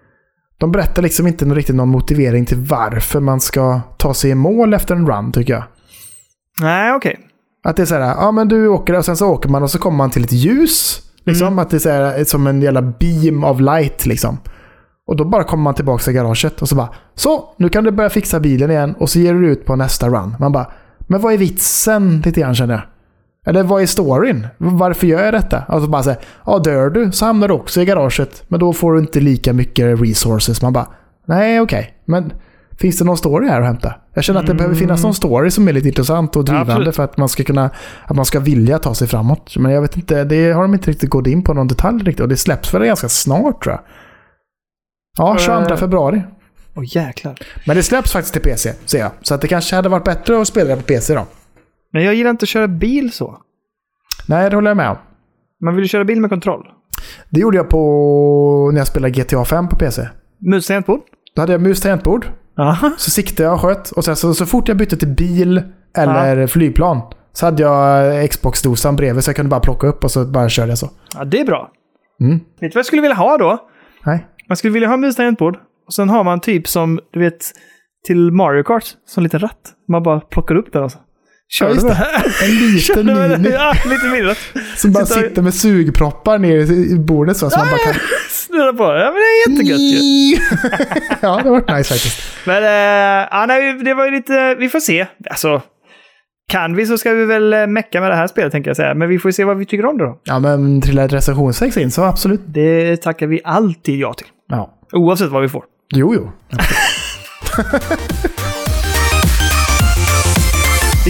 De berättar liksom inte riktigt någon motivering till varför man ska ta sig i mål efter en run, tycker jag.
Nej, okej.
Att det är så här, ja men du åker och sen så åker man och så kommer man till ett ljus. Liksom, att det är så här, som en jävla beam of light liksom. Och då bara kommer man tillbaka till garaget och så bara, så, nu kan du börja fixa bilen igen och så ger du ut på nästa run. Man bara, men vad är vitsen lite grann, känner jag? Eller vad är storyn? Varför gör jag detta? Alltså bara säga, ja, dör du så hamnar du också i garaget. Men då får du inte lika mycket resources. Man bara, nej okej. Men finns det någon story här att hämta? Jag känner att det behöver finnas någon story som är lite intressant och drivande för att man ska kunna, att man ska vilja ta sig framåt. Men jag vet inte, det har de inte riktigt gått in på någon detalj riktigt. Och det släpps väl ganska snart, tror jag. Ja, 22 februari.
Jäklar.
Men det släpps faktiskt till PC, ser jag. Så att det kanske hade varit bättre att spela det på PC då. Men
jag gillar inte att köra bil så.
Nej, det håller jag med om.
Man vill köra bil med kontroll.
Det gjorde jag när jag spelade GTA 5 på PC.
Mus-tangentbord?
Då hade jag mus-tangentbord. Så siktade jag och sköt. Och sen så fort jag bytte till bil eller flygplan så hade jag Xbox-dosan bredvid så jag kunde bara plocka upp och så bara körde jag så.
Ja, det är bra. Vet du vad jag skulle vilja ha då?
Nej.
Man skulle vilja ha mus-tangentbord. Och sen har man typ som, du vet, till Mario Kart. Som en liten ratt. Man bara plockar upp den alltså.
Kör du det? En liten mini.
Ja, lite mindre.
Som bara sitter med sugproppar ner i bordet så man bara kan...
Snurra på. Ja, men det är jättegött ju.
Ja, det var nice faktiskt.
Men nej, det var ju lite... Vi får se. Alltså, kan vi så ska vi väl mecka med det här spelet, tänker jag säga. Men vi får se vad vi tycker om det då.
Ja, men till ett recensionssex in så absolut.
Det tackar vi alltid ja till.
Ja.
Oavsett vad vi får.
Jo.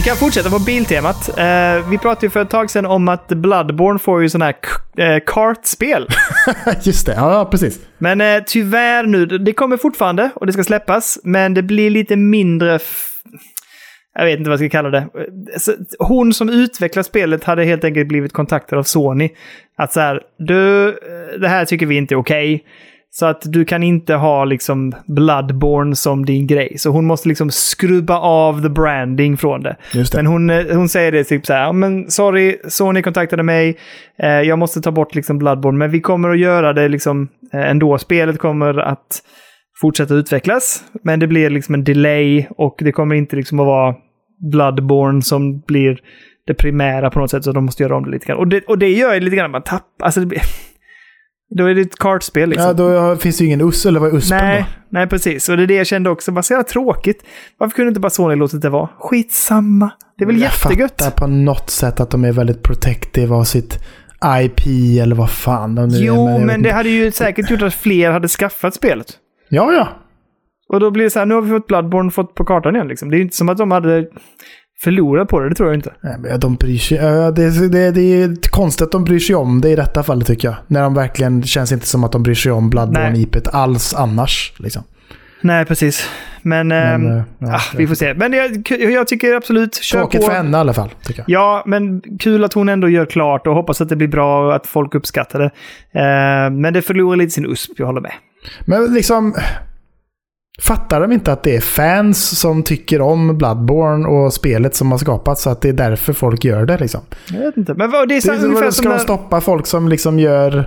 Vi kan fortsätta på biltemat. Vi pratade ju för ett tag sedan om att Bloodborne får ju sån här kartspel.
Just det, ja precis.
Men tyvärr nu, det kommer fortfarande och det ska släppas, men det blir lite mindre... Jag vet inte vad jag ska kalla det. Hon som utvecklar spelet hade helt enkelt blivit kontaktad av Sony. Att så här, det här tycker vi inte är okej. Så att du kan inte ha liksom Bloodborne som din grej. Så hon måste liksom skrubba av the branding från det.
Just det.
Men hon säger det typ så här, men sorry, Sony kontaktade mig. Jag måste ta bort liksom Bloodborne. Men vi kommer att göra det liksom ändå. Spelet kommer att fortsätta utvecklas. Men det blir liksom en delay och det kommer inte liksom att vara Bloodborne som blir det primära på något sätt. Så de måste göra om det lite grann. Och det gör ju lite grann att man tappar. Alltså det blir... Då är det ett kartspel liksom.
Ja, då finns det ju ingen USP, eller vad är USPen då?
Nej, precis. Och det är det jag kände också. Vad så jävla tråkigt. Varför kunde inte bara Sony låtit det vara? Skitsamma. Det är väl jättegött.
Jag fattar på något sätt att de är väldigt protective av sitt IP eller vad fan de nu är.
Jo, men det hade ju säkert gjort att fler hade skaffat spelet.
Ja.
Och då blir det så här, nu har vi fått Bloodborne fått på kartan igen liksom. Det är ju inte som att de hade förlorat på det tror jag inte.
Nej, men de bryr sig. Det är konstigt att de bryr sig om det i detta fallet tycker jag. När de verkligen känns inte som att de bryr sig om Bloodborne-IPet alls annars. Liksom.
Nej, precis. Men vi får se. Men jag tycker absolut...
Tråkigt för henne i alla fall, tycker jag.
Ja, men kul att hon ändå gör klart och hoppas att det blir bra och att folk uppskattar det. Men det förlorar lite sin USP, jag håller med.
Men liksom... Fattar de inte att det är fans som tycker om Bloodborne och spelet som har skapats så att det är därför folk gör det liksom?
Jag vet inte. Men det är så ungefär
ska de stoppa folk som liksom gör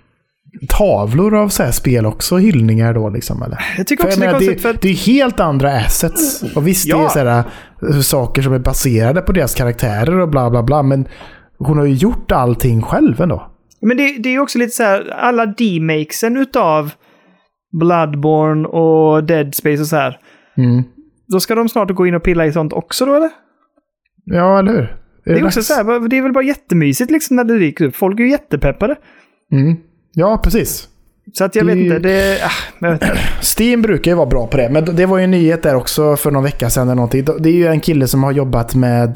tavlor av så här spel också, hyllningar då liksom, eller?
Jag tycker också
det är helt andra assets. Och visst, det är så här saker som är baserade på deras karaktärer och bla bla bla, men hon har ju gjort allting själv ändå.
Men det är också lite så här, alla demakesen utav Bloodborne och Dead Space och så här. Då ska de snart gå in och pilla i sånt också då, eller?
Ja, eller hur?
Det är också så här, det är väl bara jättemysigt liksom när det dyker upp. Folk är ju jättepeppade.
Ja, precis.
Så att jag vet inte, jag vet inte.
Steam brukar ju vara bra på det, men det var ju en nyhet där också för någon vecka sedan eller någonting. Det är ju en kille som har jobbat med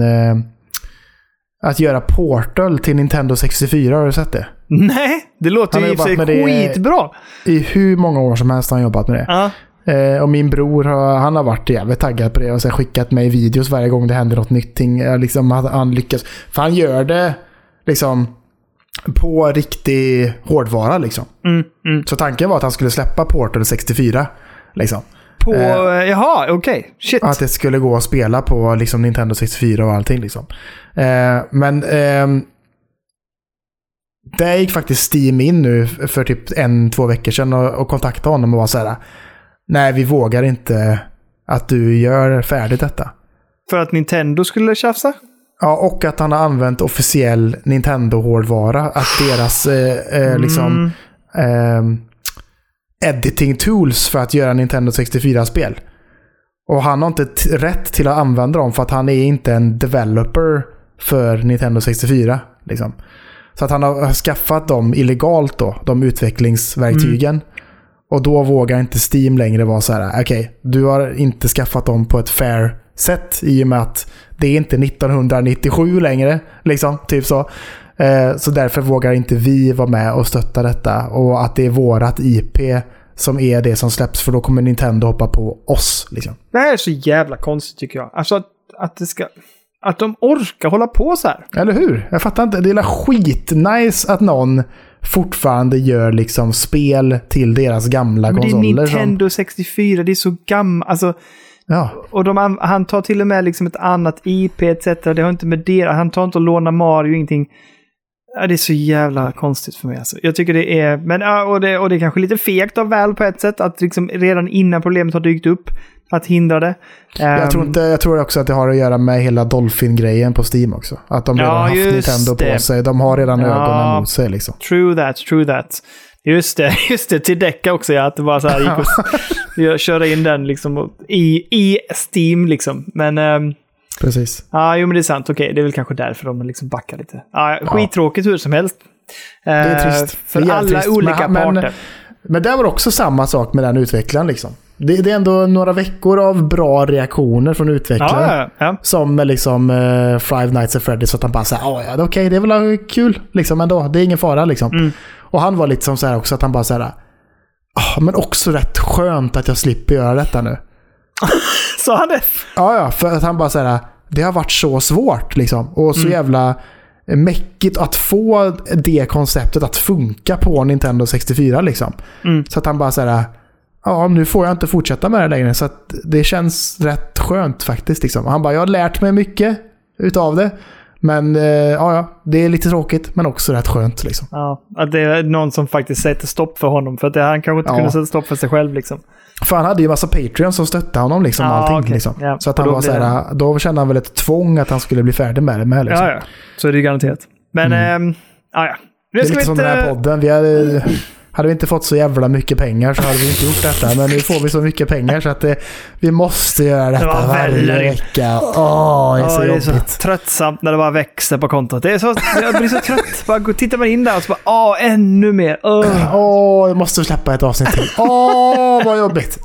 att göra Portal till Nintendo 64, har du sett det?
Nej, det låter ju i sig skitbra.
I hur många år som helst har han jobbat med det. Och min bror, han har varit jävligt taggad på det och så skickat mig videos varje gång det händer något nytt. Liksom, han lyckas. För han gör det liksom på riktig hårdvara liksom. Så tanken var att han skulle släppa Portal 64 liksom.
Jaha, okej. Shit.
Att det skulle gå att spela på liksom Nintendo 64 och allting liksom. Men det gick faktiskt Steam in nu för typ 1-2 veckor sedan och kontaktade honom och var så här: nej, vi vågar inte att du gör färdigt detta.
För att Nintendo skulle tjafsa?
Ja, och att han har använt officiell Nintendo-hårdvara. Att deras liksom editing tools för att göra Nintendo 64-spel. Och han har inte rätt till att använda dem för att han är inte en developer för Nintendo 64 liksom. Så att han har skaffat dem illegalt då, de utvecklingsverktygen. Och då vågar inte Steam längre vara så här: okej, du har inte skaffat dem på ett fair sätt i och med att det är inte 1997 längre liksom, typ så. Så därför vågar inte vi vara med och stötta detta, och att det är vårat IP som är det som släpps, för då kommer Nintendo hoppa på oss liksom.
Det här är så jävla konstigt tycker jag. Alltså att de orkar hålla på så här.
Eller hur? Jag fattar inte. Det är skitnice att någon fortfarande gör liksom spel till deras gamla konsoler.
Det är Nintendo 64, det är så gammalt. Alltså,
ja.
Och han tar till och med liksom ett annat IP etc. Det har inte med det. Han tar inte och lånar Mario, ingenting. Ja, det är så jävla konstigt för mig. Alltså. Jag tycker det är... Men, och det är kanske lite fegt av Valve på ett sätt. Att liksom redan innan problemet har dykt upp, att hindra det.
Jag tror också att det har att göra med hela Dolphin-grejen på Steam också. Att de redan har haft Nintendo på sig. De har redan ögonen mot sig liksom.
True that. Just det. Till Decca också, ja. Att det bara så här gick och köra in den liksom i Steam liksom. Men...
Precis.
Ja, men det är sant. Okej, det är väl kanske därför de liksom backar lite. Skittråkigt hur som helst.
Det är trist.
För alla trist. Olika parter.
Men det var också samma sak med den utvecklaren liksom. Det är ändå några veckor av bra reaktioner från utvecklare.
Ja.
Som liksom Five Nights at Freddy's, så att han bara säger okej, det är väl kul liksom ändå. Det är ingen fara liksom. Och han var lite som så här också, att han bara säger men också rätt skönt att jag slipper göra detta nu.
Så han det?
Ja, för att han bara säger det har varit så svårt liksom. Och så jävla mäckigt att få det konceptet att funka på Nintendo 64 liksom. Så att han bara säger nu får jag inte fortsätta med det längre, så att det känns rätt skönt faktiskt liksom. Han bara, jag har lärt mig mycket utav det, men det är lite tråkigt men också rätt skönt liksom.
Ja, att det är någon som faktiskt sätter stopp för honom, för att han kanske inte kunde sätta stopp för sig själv liksom.
För han hade ju massa Patreon som stöttade honom liksom, allting okay. Liksom. Ja, så att han var så här, då kände han väl ett tvång att han skulle bli färdig med det med liksom.
Ja, så är det ju garanterat. Men ja.
Det är lite som den här podden. Hade vi inte fått så jävla mycket pengar så hade vi inte gjort detta. Men nu får vi så mycket pengar så att vi måste göra detta varje vecka. Det är så jobbigt.
Det är så tröttsamt när det bara växer på kontot. Det är så, jag blir så trött. Bara tittar man in där och så bara, ännu mer.
Jag måste släppa ett avsnitt till. Vad jobbigt.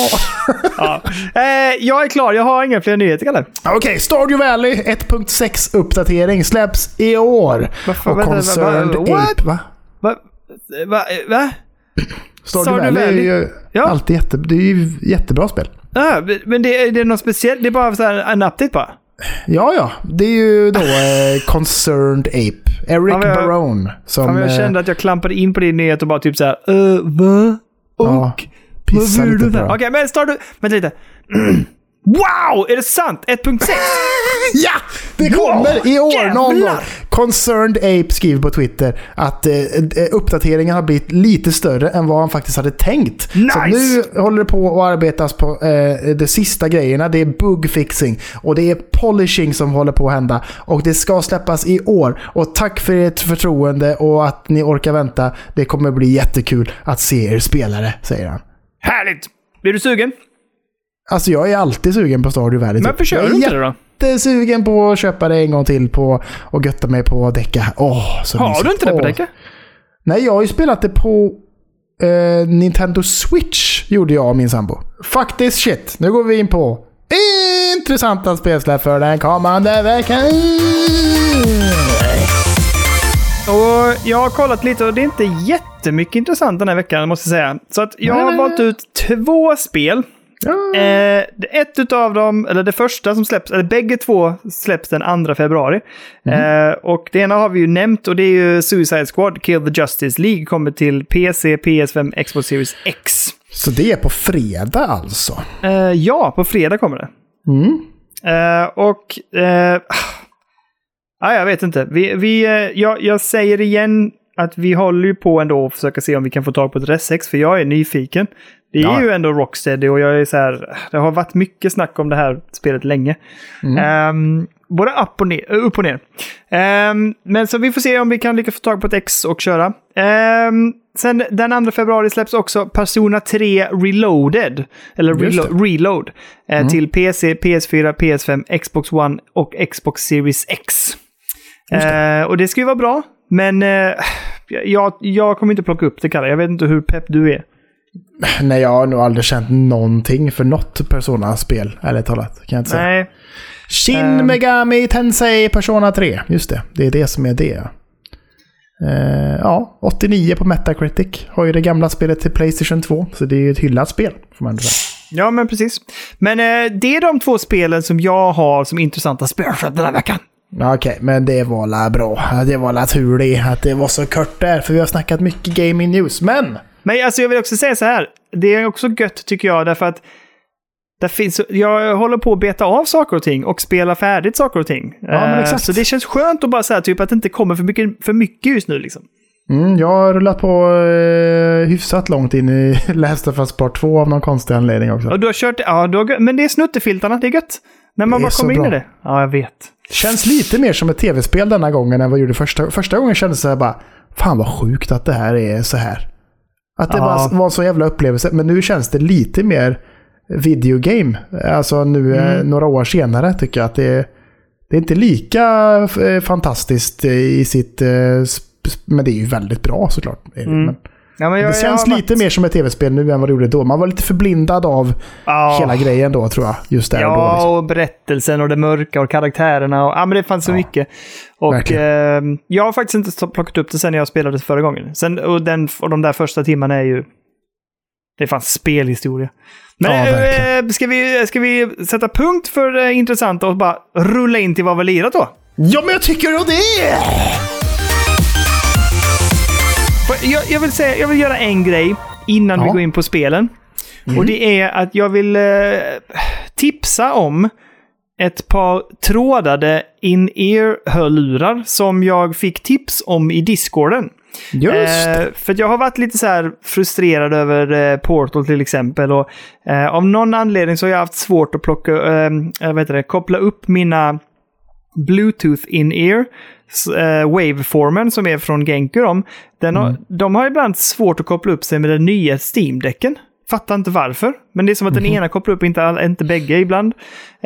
Jag är klar. Jag har inga fler nyheter, Kalle.
Okej, Stardew Valley 1.6 uppdatering släpps i år. Och Concerned Ape, va?
Va?
Stardew Valley är ju alltid det är ju jättebra spel.
Ja, men det är något speciellt. Det är bara så här en update bara.
Ja. Det är ju då Concerned Ape. Eric Barone.
Jag kände att jag klampade in på din nyhet och bara typ så här. Va? Och
pissa lite på.
Okej, men Stardew... Vänta lite. Wow! Är det sant? 1.6?
Ja! Det kommer i år någon gång. Concerned Ape skriver på Twitter att uppdateringen har blivit lite större än vad han faktiskt hade tänkt.
Nice.
Så nu håller det på att arbetas på de sista grejerna. Det är bugfixing och det är polishing som håller på att hända. Och det ska släppas i år. Och tack för ert förtroende och att ni orkar vänta. Det kommer bli jättekul att se er spelare, säger han.
Härligt! Blir du sugen?
Alltså jag är alltid sugen på Stardew Valley.
Men försöker du inte det då?
Jag är sugen på att köpa det en gång till och götta mig på Decca. Så
har
mysigt.
Du inte det på Decca?
Nej, jag har ju spelat det på Nintendo Switch, gjorde jag och min sambo. Faktiskt shit. Nu går vi in på intressanta spelsläpp för den kommande veckan.
Och jag har kollat lite och det är inte jättemycket intressant den här veckan, måste jag säga. Så att jag har valt ut 2 spel. Ja. Ett utav dem, eller det första som släpps, eller bägge 2 släpps den 2 februari. Och det ena har vi ju nämnt, och det är ju Suicide Squad Kill the Justice League, kommer till PC, PS5, Xbox Series X. Så
det är på fredag alltså?
Ja, på fredag kommer det. Jag vet inte. Jag säger igen att vi håller ju på ändå att försöka se om vi kan få tag på ett RS6, för jag är nyfiken. Det är ju ändå Rocksteady och jag är så här, det har varit mycket snack om det här spelet länge. Både upp och ner. Men så vi får se om vi kan lyckas få tag på ett X och köra. Sen den 2 februari släpps också Persona 3 Reloaded. Eller Reload. Till PC, PS4, PS5, Xbox One och Xbox Series X. Och det ska ju vara bra. Men jag kommer inte plocka upp det, Kalle. Jag vet inte hur pepp du är.
Nej, jag har nog aldrig känt någonting för något Persona-spel, ärligt talat, kan jag inte säga.
Nej.
Shin Megami Tensei Persona 3, just det. Det är det som är det. 89 på Metacritic. Har ju det gamla spelet till PlayStation 2, så det är ju ett hyllat spel, får man säga.
Ja, men precis. Men det är de 2 spelen som jag har som intressanta spel för den här veckan.
Okej, men det var la bra. Det var la tur det att det var så kort där, för vi har snackat mycket gaming news, men alltså jag vill också säga så här, det är också gött tycker jag, därför att jag håller på att beta av saker och ting och spela färdigt saker och ting. Men exakt.
Så det känns skönt att bara säga typ att det inte kommer för mycket just nu liksom.
Jag har rullat på hyfsat långt in i Last of Us Part 2 av någon konstig anledning också. Och
du har kört, men det är snuttefiltarna, det är gött. När man bara kommer in i det. Ja, jag vet.
Känns lite mer som ett tv-spel denna gången än vad jag gjorde första gången. Kändes det så här bara, fan vad sjukt att det här är så här. Att det bara var en så jävla upplevelse. Men nu känns det lite mer videogame. Alltså nu några år senare tycker jag att det är inte lika fantastiskt i sitt... Men det är ju väldigt bra såklart. Men
Ja, men
det känns lite mer som ett tv-spel nu än vad det gjorde då. Man var lite förblindad av hela grejen då, tror jag. Just där och då. Liksom.
Och berättelsen och det mörka och karaktärerna. Och, men det fanns så mycket. Och jag har faktiskt inte plockat upp det sen jag spelade förra gången. Sen, och de där första timmarna är ju... Det fanns spelhistoria. Men ska vi sätta punkt för det intressanta och bara rulla in till vad vi lirat då?
Ja, men jag tycker nog det!
Jag vill göra en grej innan vi går in på spelen. Och det är att jag vill tipsa om ett par trådade in-ear-hörlurar som jag fick tips om i Discorden.
Just.
För jag har varit lite så här frustrerad över Portal till exempel, och av någon anledning så har jag haft svårt att koppla upp mina Bluetooth in-ear waveformen som är från Genku. De har ibland svårt att koppla upp sig med den nya Steam-däcken. Fattar inte varför, men det är som att den ena kopplar upp, inte bägge ibland.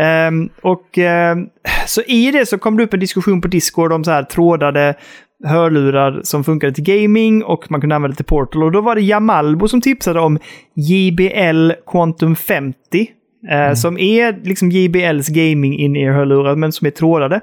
Så i det så kom det upp en diskussion på Discord om så här trådade hörlurar som funkade till gaming och man kunde använda till Portal. Och då var det Jamalbo som tipsade om JBL Quantum 50 som är liksom JBLs gaming in-ear-hörlurar men som är trådade.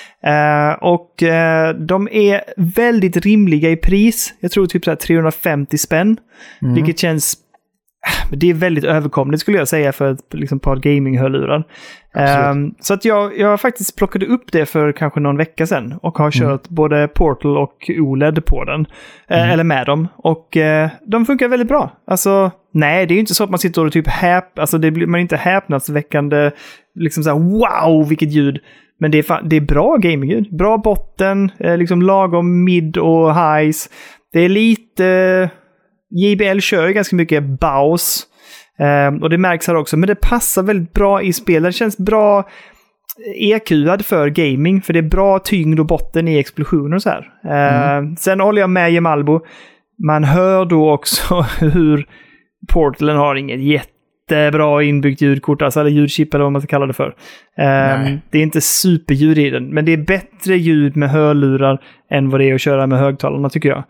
De är väldigt rimliga i pris. Jag tror typ så här 350 spänn. Vilket känns... Det är väldigt överkomligt skulle jag säga för ett liksom, par gaming-hörlurar. Så att jag faktiskt plockade upp det för kanske någon vecka sedan och har kört både Portal och OLED på den. Eller med dem. Och de funkar väldigt bra. Alltså, nej, det är ju inte så att man sitter och typ alltså man är inte häpnadsväckande liksom så här, wow, vilket ljud. Men det är bra gaming-ljud. Bra botten, liksom lagom mid och highs. Det är lite... JBL kör ju ganska mycket baus. Och det märks här också. Men det passar väldigt bra i spel. Det känns bra EQad för gaming. För det är bra tyngd och botten i explosioner och så här. Sen håller jag med Jamalbo. Man hör då också hur Portalen har inget jättebra inbyggt ljudkort. Alltså, eller ljudchip eller vad man ska kalla det för. Det är inte superljud i den. Men det är bättre ljud med hörlurar än vad det är att köra med högtalarna, tycker jag.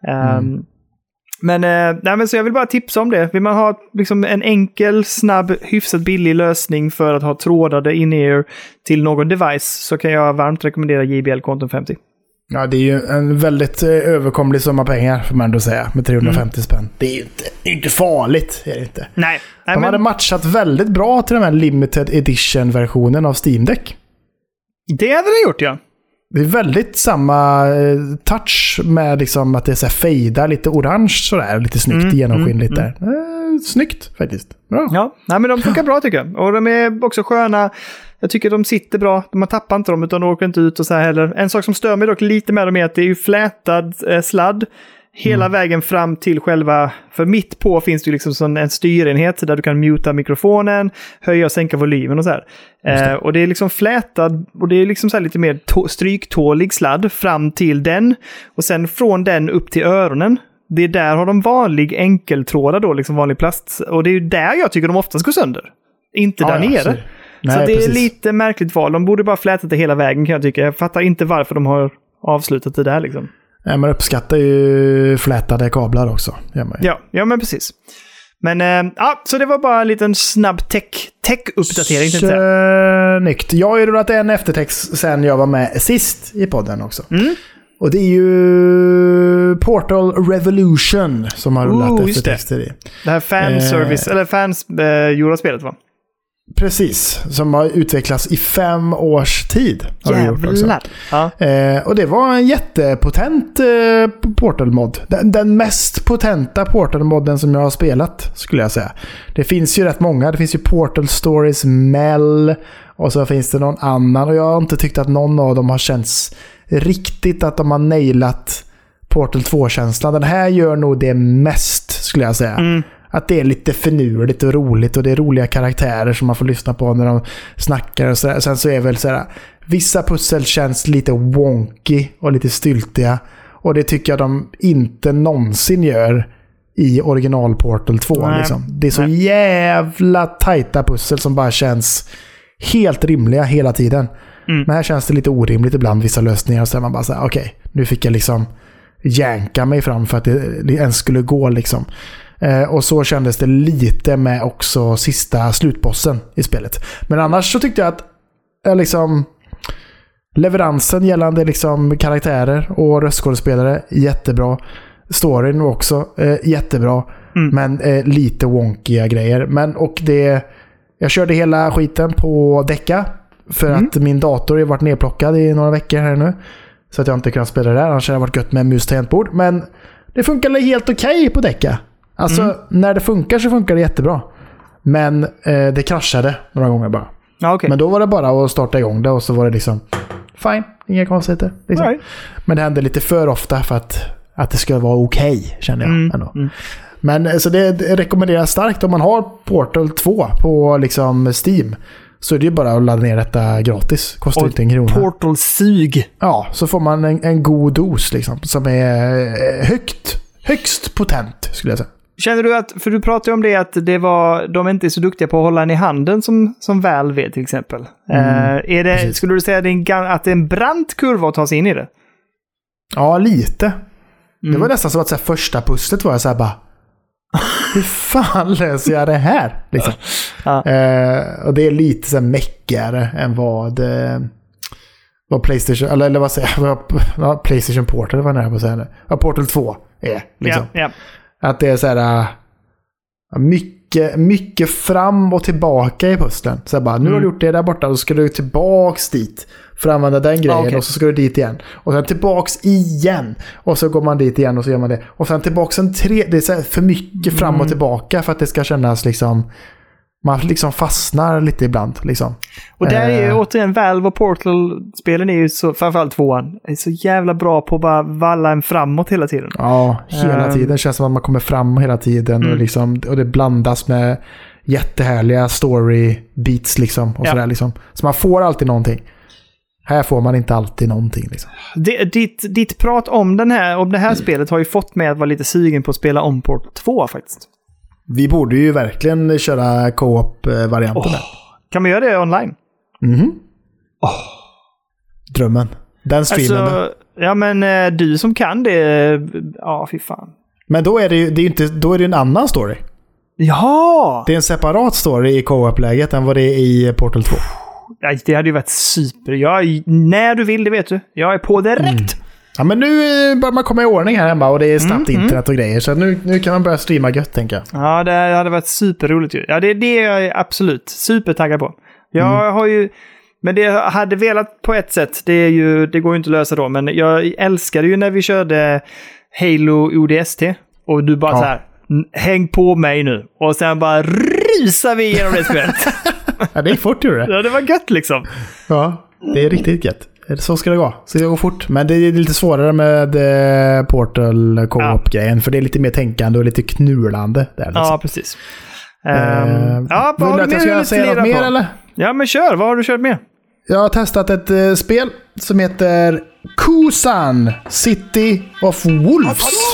Men så jag vill bara tipsa om det. Vill man ha liksom en enkel, snabb, hyfsat billig lösning för att ha trådade in-ear till någon device, så kan jag varmt rekommendera JBL Quantum 50.
Ja, det är ju en väldigt överkomlig summa pengar, får man ändå säga, med 350 spänn. Det är ju inte farligt, är det inte.
Nej.
De hade matchat väldigt bra till den här limited edition-versionen av Steam Deck.
Det hade det gjort, ja.
Det är väldigt samma touch med liksom att det är så här fejdar lite orange sådär, lite snyggt genomskinligt där. Snyggt faktiskt. Bra.
Ja, men de funkar bra tycker jag. Och de är också sköna. Jag tycker de sitter bra. Man tappar inte dem utan de åker inte ut och så här heller. En sak som stör mig dock lite med dem är att det är ju flätad sladd hela vägen fram till själva... För mitt på finns det ju liksom en styrenhet där du kan muta mikrofonen, höja och sänka volymen och så här. Och det är liksom flätad och det är liksom så här lite mer stryktålig sladd fram till den. Och sen från den upp till öronen. Det är där har de vanlig enkeltrådar då, liksom vanlig plast. Och det är ju där jag tycker de oftast går sönder. Inte där nere. Nej, så det är lite märkligt val. De borde bara flätat det hela vägen, kan jag tycka. Jag fattar inte varför de har avslutat det där liksom.
Ja, man uppskattar ju flätade kablar också.
Ja, men precis. Men så det var bara en liten snabb tech-uppdatering.
Snyggt. Jag har ju rullat en eftertext sen jag var med sist i podden också. Och det är ju Portal Revolution som har rullat eftertexter i.
Det här fanservice, eller fans gjorda spelet, va?
Precis, som har utvecklats i 5 års tid.
Jävlar! Ja.
Och det var en jättepotent Portal-mod. Den mest potenta Portal-modden som jag har spelat, skulle jag säga. Det finns ju rätt många. Det finns ju Portal Stories, Mel, och så finns det någon annan. Och jag har inte tyckt att någon av dem har känts riktigt att de har nailat Portal 2-känslan. Den här gör nog det mest, skulle jag säga. Att det är lite finurligt och roligt och det är roliga karaktärer som man får lyssna på när de snackar och sådär. Sen så är väl sådär, vissa pussel känns lite wonky och lite styltiga, och det tycker jag de inte någonsin gör i original Portal 2 liksom. Det är så jävla tajta pussel som bara känns helt rimliga hela tiden. Men här känns det lite orimligt ibland, vissa lösningar, och så är man bara såhär, okej, nu fick jag liksom jänka mig fram för att det ens skulle gå liksom. Och så kändes det lite med också sista slutbossen i spelet. Men annars så tyckte jag att liksom leveransen gällande liksom karaktärer och röstskådespelare jättebra. Storyn också jättebra. Men lite wonkiga grejer. Jag körde hela skiten på Deca för att min dator har varit nedplockad i några veckor här nu. Så att jag inte kan spela det där. Annars hade det varit gött med mus tangentbord. Men det funkar helt okej på Deca. Alltså, när det funkar så funkar det jättebra. Men det kraschade några gånger bara.
Okay.
Men då var det bara att starta igång det och så var det liksom fine, inga konstigheter. Liksom.
Right.
Men det hände lite för ofta för att det ska vara okej, känner jag ändå. Men så det rekommenderas starkt om man har Portal 2 på liksom Steam. Så är det ju bara att ladda ner detta gratis. Kostar inte en krona.
Portal-sug.
Ja, så får man en god dos liksom, som är högst potent, skulle jag säga.
Känner du att, för du pratade ju om det, att de inte är så duktiga på att hålla den i handen som Valve är till exempel. Skulle du säga att det är en brant kurva att ta sig in i det? Ja,
lite. Det var nästan som att första pusslet var jag så här bara, hur fan löser jag det här? Liksom. Och det är lite så här mäckigare än vad PlayStation, eller vad säger jag? PlayStation Portal var nära på att säga det. Portal 2 är liksom. Att det är så här mycket fram och tillbaka i pusslen. Så bara, nu har du gjort det där borta och så ska du tillbaks dit för att använda den grejen och så ska du dit igen. Och sen tillbaks igen. Och så går man dit igen och så gör man det. Och sen tillbaks det är så här för mycket fram och tillbaka för att det ska kännas liksom, man liksom fastnar lite ibland liksom.
Och där är ju återigen Valve och Portal-spelen är ju så, framförallt tvåan, är så jävla bra på att bara valla en framåt hela tiden.
Ja, hela tiden. Det känns som att man kommer fram hela tiden och det blandas med jättehärliga story beats liksom och sådär liksom. Så man får alltid någonting. Här får man inte alltid någonting liksom.
Ditt prat om det här spelet har ju fått mig att vara lite sugen på att spela om Portal 2 faktiskt.
Vi borde ju verkligen köra co-op-varianten där.
Kan man göra det online?
Drömmen. Den streamen.
Alltså, ja, men du som kan det, fy fan.
Men då är det inte, då är det en annan story.
Ja!
Det är en separat story i co-op-läget än vad det är i Portal 2.
Ja, det hade ju varit super. När du vill, det vet du. Jag är på direkt.
Ja, men nu börjar man komma i ordning här hemma och det är snabbt internet och grejer. Så nu kan man börja streama gött, tänker jag.
Ja, det hade varit superroligt ju. Ja, det är jag absolut supertaggad på. Jag har ju... Men det jag hade velat på ett sätt, det går ju inte att lösa då. Men jag älskade ju när vi körde Halo ODST. Och du bara så här, häng på mig nu. Och sen bara rusar vi igenom det spelet.
Ja, det är fort ju det.
Ja, det var gött liksom.
Ja, det är riktigt gött. Så ska det gå. Så det går fort. Men det är lite svårare med Portal co-op-grejen. För det är lite mer tänkande och lite knulande. Där, liksom.
Ja, precis. Vad har du
jag säga något mer, eller?
Ja, men kör. Vad har du kört med?
Jag har testat ett spel som heter Kusan City of Wolves.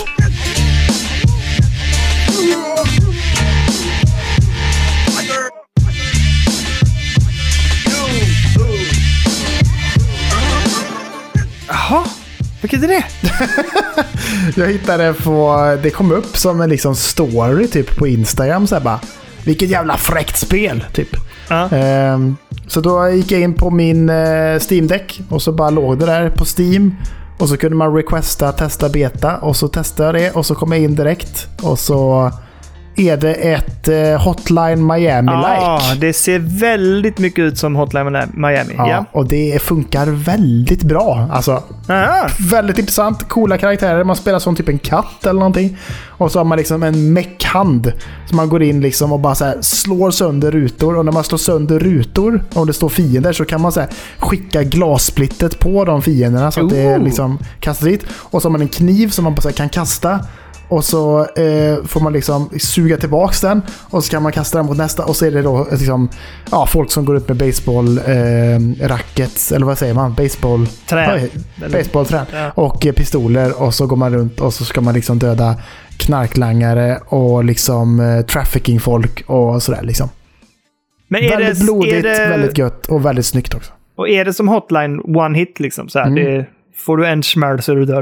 Jaha, vilket är det?
Jag hittade det kom upp som en liksom story typ på Instagram så här bara, vilket jävla fräckt spel typ. Så då gick jag in på min Steam Deck och så bara låg det där på Steam och så kunde man requesta testa beta och så testade jag det och så kom jag in direkt och så är det ett Hotline Miami-like.
Ja, det ser väldigt mycket ut som Hotline Miami.
Ja, och det funkar väldigt bra. Alltså, väldigt intressant. Coola karaktärer. Man spelar som typ en katt eller någonting. Och så har man liksom en meckhand. Så man går in liksom och bara så här slår sönder rutor. Och när man slår sönder rutor, om det står fiender, så kan man så här skicka glassplittet på de fienderna. Så att det liksom kastas dit. Och så har man en kniv som man bara så här kan kasta. Och så får man liksom suga tillbaks den och så kan man kasta den mot nästa och så är det då liksom, folk som går ut med baseball rackets, eller vad säger man? Baseballträn och pistoler och så går man runt och så ska man liksom döda knarklangare och liksom trafficking folk och sådär liksom. Men är väldigt blodigt, väldigt gött och väldigt snyggt också.
Och är det som Hotline one hit liksom så här, får du en smäll så är du död?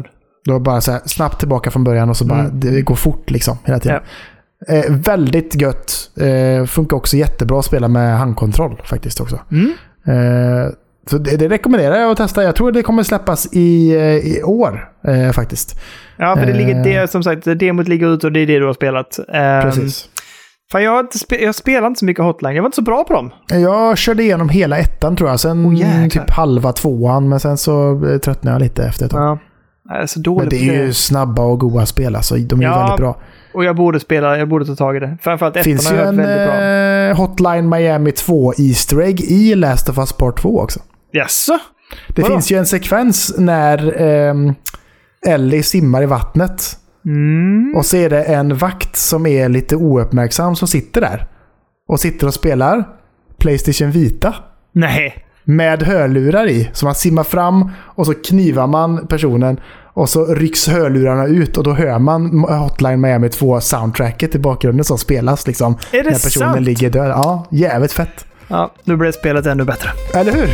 Då bara så här, snabbt tillbaka från början och så bara det går fort liksom hela tiden. Väldigt gött. Funkar också jättebra att spela med handkontroll faktiskt också. Så det rekommenderar jag att testa. Jag tror det kommer släppas i år faktiskt.
Ja, för det ligger som sagt, demot ligger ut och det är det du har spelat.
Precis.
För jag spelar inte så mycket Hotline. Jag var inte så bra på dem.
Jag körde igenom hela 1 tror jag. Sen typ halva 2, men sen så tröttnade jag lite efter ett tag.
Ja. Jag är så dålig.
Men det är ju snabba och goda spel. Alltså, de är ju väldigt bra.
Och jag borde ta tag i det. Framförallt 1
finns ju en Hotline Miami 2 Easter egg i Last of Us Part 2 också.
Jaså?
Det finns ju en sekvens när Ellie simmar i vattnet. Och så är det en vakt som är lite ouppmärksam som sitter där. Och sitter och spelar PlayStation Vita.
Nej.
Med hörlurar i. Så man simmar fram och så knivar man personen. Och så rycks hörlurarna ut och då hör man Hotline Miami 2 soundtracket i bakgrunden som spelas liksom.
Är det
när personen
sant?
ligger död. Ja, jävligt fett.
Ja, nu blir spelet ännu bättre.
Eller hur?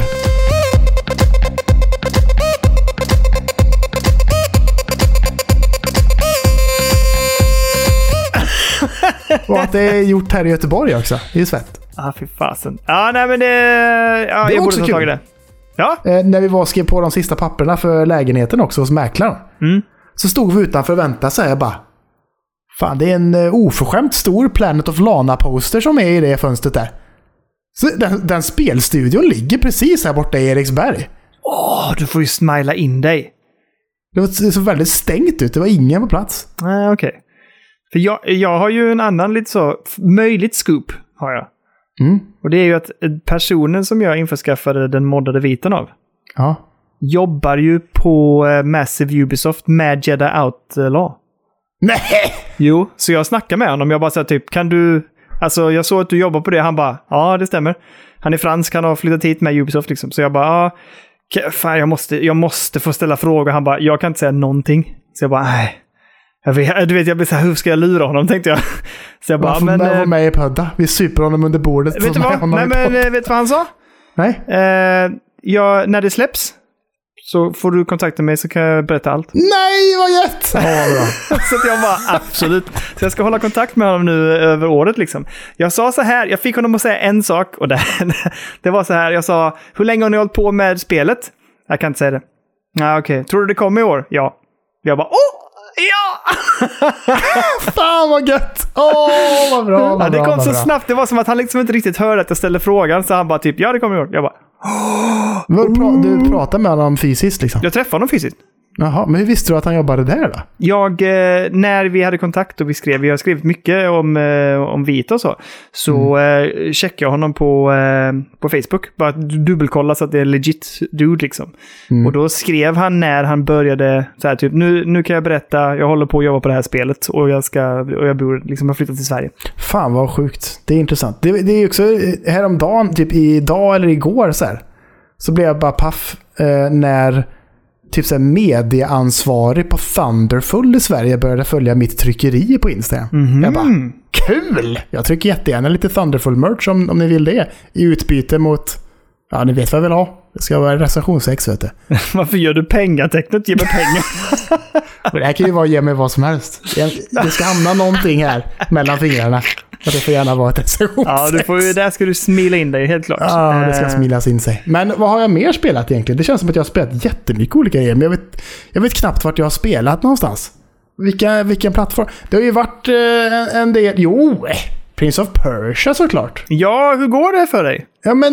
Och att det är gjort här i Göteborg också. Det är ju svett.
Fy fasen. Ja, nej men det... Ja,
det
jag borde ta tag i det. Ja.
När vi var och skrev på de sista papperna för lägenheten också hos mäklaren. Så stod vi utanför och väntade så här bara. Fan, det är en oförskämt stor Planet of Lana-poster som är i det fönstret där. Så den spelstudion ligger precis här borta i Eriksberg.
Du får ju smila in dig.
Det så väldigt stängt ut. Det var ingen på plats.
Nej, okej. För jag har ju en annan lite så möjligt scoop har jag. Och det är ju att personen som jag införskaffade den moddade viten av jobbar ju på Massive Ubisoft med Jedi Outlaw.
Nej!
Jo, så jag snackar med honom. Jag bara säger typ, kan du... Alltså jag såg att du jobbar på det. Han bara, ja det stämmer. Han är fransk, han har flyttat hit med Ubisoft liksom. Så jag bara, fan jag måste få ställa frågor. Han bara, jag kan inte säga någonting. Så jag bara, nej. Jag blir så här, hur ska jag lura honom, tänkte jag. Så jag bara, men...
var med i podda. Vi super honom under bordet.
Vet du vad? Nej, men vet du vad han sa?
Nej.
När det släpps så får du kontakta mig så kan jag berätta allt.
Nej, vad gött!
Så att jag bara, absolut. Så jag ska hålla kontakt med honom nu över året liksom. Jag sa så här, jag fick honom att säga en sak och det var så här, jag sa, hur länge har ni hållit på med spelet? Jag kan inte säga det. Okej. Tror du det kommer i år? Ja. Jag bara, ja!
Fan vad gött! Vad bra,
det kom så snabbt. Det var som att han liksom inte riktigt hörde att jag ställde frågan. Så han bara typ, ja det kommer i år. Jag bara,
Du pratar med honom fysiskt liksom?
Jag träffade honom fysiskt.
Jaha, men hur visste du att han jobbade där då?
När vi hade kontakt och vi har skrivit mycket om Vita och så checkade jag honom på Facebook. Bara dubbelkolla så att det är legit dude liksom. Och då skrev han när han började så här typ, nu kan jag berätta, jag håller på att jobba på det här spelet och jag bor liksom, jag har flyttat till Sverige. Fan vad sjukt, det är intressant. Det är också häromdagen, typ idag eller igår så blev jag bara paff när typ så här medieansvarig på Thunderful i Sverige började följa mitt tryckeri på Instagram. Jag bara, kul! Jag trycker jättegärna lite Thunderful-merch om ni vill det. I utbyte mot, ja ni vet vad jag vill ha. Det ska vara recensionsex, vet du. Varför gör du pengatecknet? Ge mig pengar. Men det här kan ju vara ge mig vad som helst. Det ska hamna någonting här mellan fingrarna. Och det får gärna vara ett recensionsex. Ja, där ska du smila in dig, helt klart. Ja, det ska smilas in sig. Men vad har jag mer spelat egentligen? Det känns som att jag har spelat jättemycket olika grejer. Men jag vet knappt vart jag har spelat någonstans. Vilken plattform? Det har ju varit en del... Jo, Prince of Persia såklart. Ja, hur går det för dig? Ja, men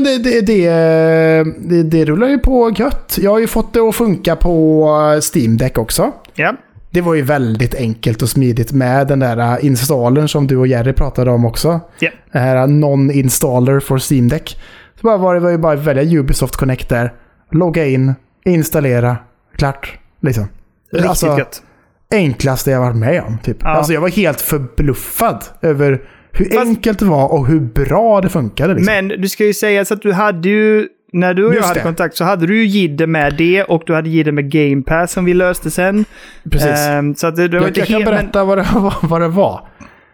det rullar ju på gött. Jag har ju fått det att funka på Steam Deck också. Ja. Det var ju väldigt enkelt och smidigt med den där installern som du och Jerry pratade om också. Yeah. Det här non-installer for Steam Deck. Så var det bara att välja Ubisoft Connect där, logga in, installera, klart. Liksom. Riktigt alltså, gött. Enklaste jag varit med om. Typ. Ja. Alltså, jag var helt förbluffad över hur enkelt det var och hur bra det funkade. Liksom. Men du ska ju säga så att du hade ju... När du och jag hade kontakt så hade du ju Jidde med det och du hade Jidde med Game Pass som vi löste sen. Precis. Så att det var jag kan berätta vad det var.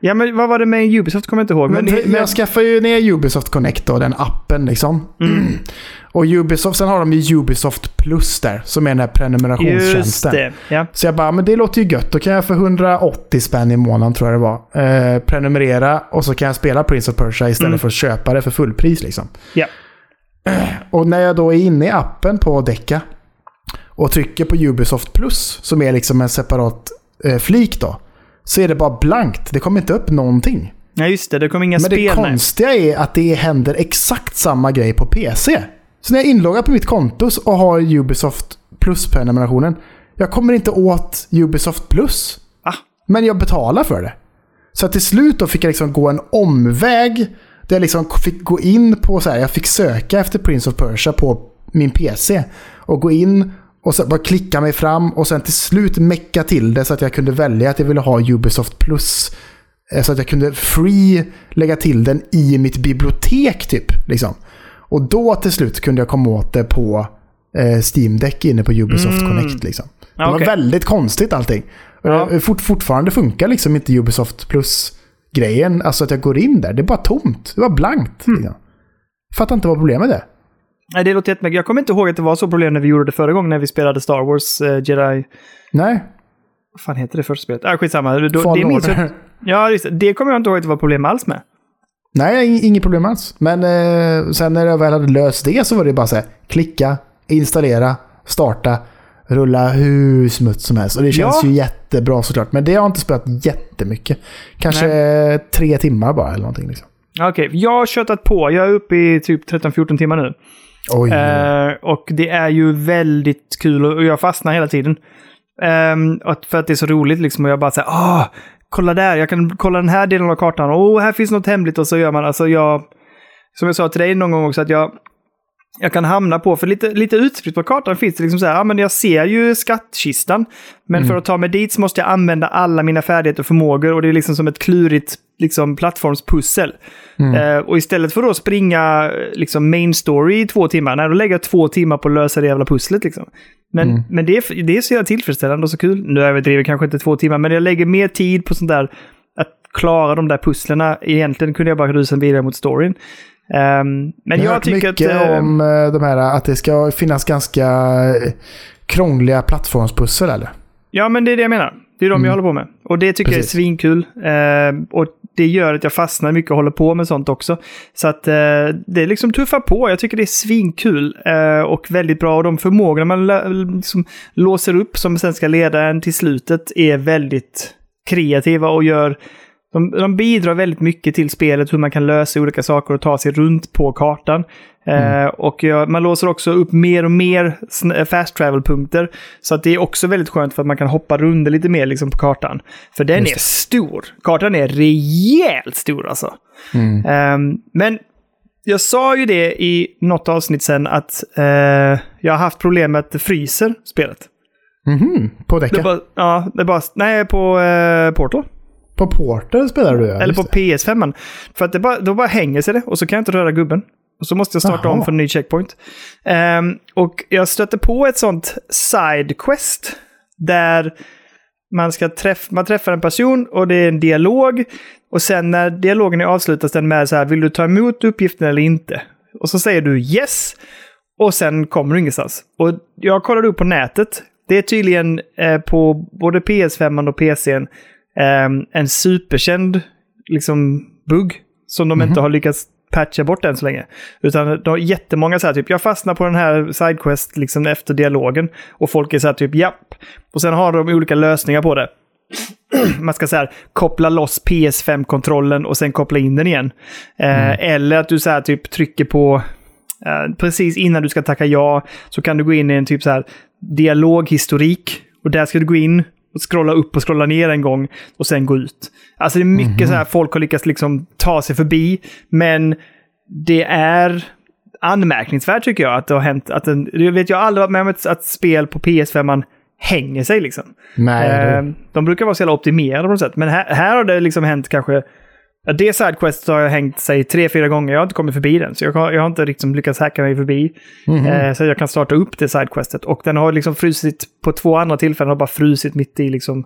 Ja, men vad var det med Ubisoft? Kommer jag inte ihåg.
Men jag skaffade ju ner Ubisoft Connect då, den appen liksom. Och Ubisoft, sen har de ju Ubisoft Plus där, som är den här prenumerationstjänsten. Just det, ja. Så jag bara, men det låter ju gött. Då kan jag för 180 spänn i månaden, tror jag det var, prenumerera, och så kan jag spela Prince of Persia istället för att köpa det för fullpris liksom. Ja. Och när jag då är inne i appen på Deca och trycker på Ubisoft Plus, som är liksom en separat flik då, så är det bara blankt. Det kommer inte upp någonting.
Ja, just det. Det kommer inga spel.
Men det konstiga är att det händer exakt samma grej på PC. Så när jag inloggar på mitt konto och har Ubisoft Plus-prenumerationen, jag kommer inte åt Ubisoft Plus. Men jag betalar för det. Så till slut då fick jag liksom gå en omväg där jag liksom fick gå in på så här, jag fick söka efter Prince of Persia på min PC och gå in och så bara klicka mig fram och sen till slut mecka till det så att jag kunde välja att jag ville ha Ubisoft Plus, så att jag kunde lägga till den i mitt bibliotek typ liksom. Och då till slut kunde jag komma åt det på Steam Deck inne på Ubisoft Connect liksom. Det var väldigt konstigt allting. Ja. Fortfarande funkar liksom inte Ubisoft Plus-grejen, alltså att jag går in där, det är bara tomt, det var blankt. Liksom. Fattar inte vad problemet är.
Nej, det låter jättemycket. Jag kommer inte ihåg att det var så problem när vi gjorde det förra gången när vi spelade Star Wars Jedi.
Nej.
Vad fan heter det första spelet? Skitsamma. Det kommer jag inte ihåg att det var problem alls med.
Nej, inget problem alls. Men sen när jag väl hade löst det så var det bara så här, klicka, installera, starta, rulla hur smutt som helst. Och det känns ju jättebra såklart. Men det har inte spelat jättemycket. Kanske 3 timmar bara eller någonting liksom.
Okej, jag har köttat på. Jag är uppe i typ 13-14 timmar nu.
Oj.
Och det är ju väldigt kul och jag fastnar hela tiden. För att det är så roligt liksom. Och jag bara säger, kolla där, jag kan kolla den här delen av kartan. Här finns något hemligt. Och så gör man, alltså som jag sa till dig någon gång också, att jag kan hamna på, för lite utspritt på kartan finns det liksom så här, men jag ser ju skattkistan, men för att ta mig dit så måste jag använda alla mina färdigheter och förmågor, och det är liksom som ett klurigt liksom plattformspussel. Och istället för att springa liksom main story i 2 timmar, då lägger jag 2 timmar på att lösa det jävla pusslet liksom. Men det är så jävla tillfredsställande och så kul. Nu överdriver jag kanske inte 2 timmar, men jag lägger mer tid på sånt där, att klara de där pusslerna. Egentligen kunde jag bara rusa vidare mot storyn. Men jag tycker
mycket om de här, att det ska finnas ganska krångliga plattformspussel eller?
Ja, men det är det jag menar. Det är de jag håller på med. Och det tycker jag är svinkul. Och det gör att jag fastnar mycket och håller på med sånt också. Så att det är liksom tuffa på. Jag tycker det är svinkul och väldigt bra. Och de förmågorna man liksom låser upp som sen ska leda en till slutet är väldigt kreativa och gör... De bidrar väldigt mycket till spelet, hur man kan lösa olika saker och ta sig runt på kartan. Och man låser också upp mer och mer fast travel-punkter. Så att det är också väldigt skönt för att man kan hoppa runt lite mer liksom på kartan. För den är stor. Kartan är rejält stor alltså. Men jag sa ju det i något avsnitt sen att jag har haft problem med att det fryser spelet.
På Deca?
Nej, på Portal.
På Portal spelar du?
Eller på PS5. För att då bara hänger sig det. Och så kan jag inte röra gubben. Och så måste jag starta om för en ny checkpoint. Och jag stötte på ett sånt sidequest. Där man träffar en person. Och det är en dialog. Och sen när dialogen är avslutad. Den med så här, vill du ta emot uppgiften eller inte? Och så säger du yes. Och sen kommer du ingenstans. Och jag kollade upp på nätet. Det är tydligen på både PS5 och PC:n. En superkänd liksom bugg som de inte har lyckats patcha bort än så länge. Utan de har jättemånga så här typ, jag fastnar på den här sidequest liksom efter dialogen och folk är så här typ japp. Och sen har de olika lösningar på det. Man ska så här koppla loss PS5-kontrollen och sen koppla in den igen. Eller att du så här typ trycker på precis innan du ska tacka ja, så kan du gå in i en typ så här dialoghistorik och där ska du gå in och scrolla upp och scrolla ner en gång och sen gå ut. Alltså det är mycket så här folk har lyckats liksom ta sig förbi, men det är anmärkningsvärt tycker jag att det har hänt att jag vet jag aldrig varit med om att spel på PS5 man hänger sig liksom.
Nej,
de brukar vara så jävla optimerade på något sätt, men här har det liksom hänt kanske det sidequest har jag hängt sig 3-4 gånger. Jag har inte kommit förbi den. Så jag har inte liksom lyckats hacka mig förbi. Så jag kan starta upp det sidequestet. Och den har liksom frusit på 2 andra tillfällen. Har bara frusit mitt i liksom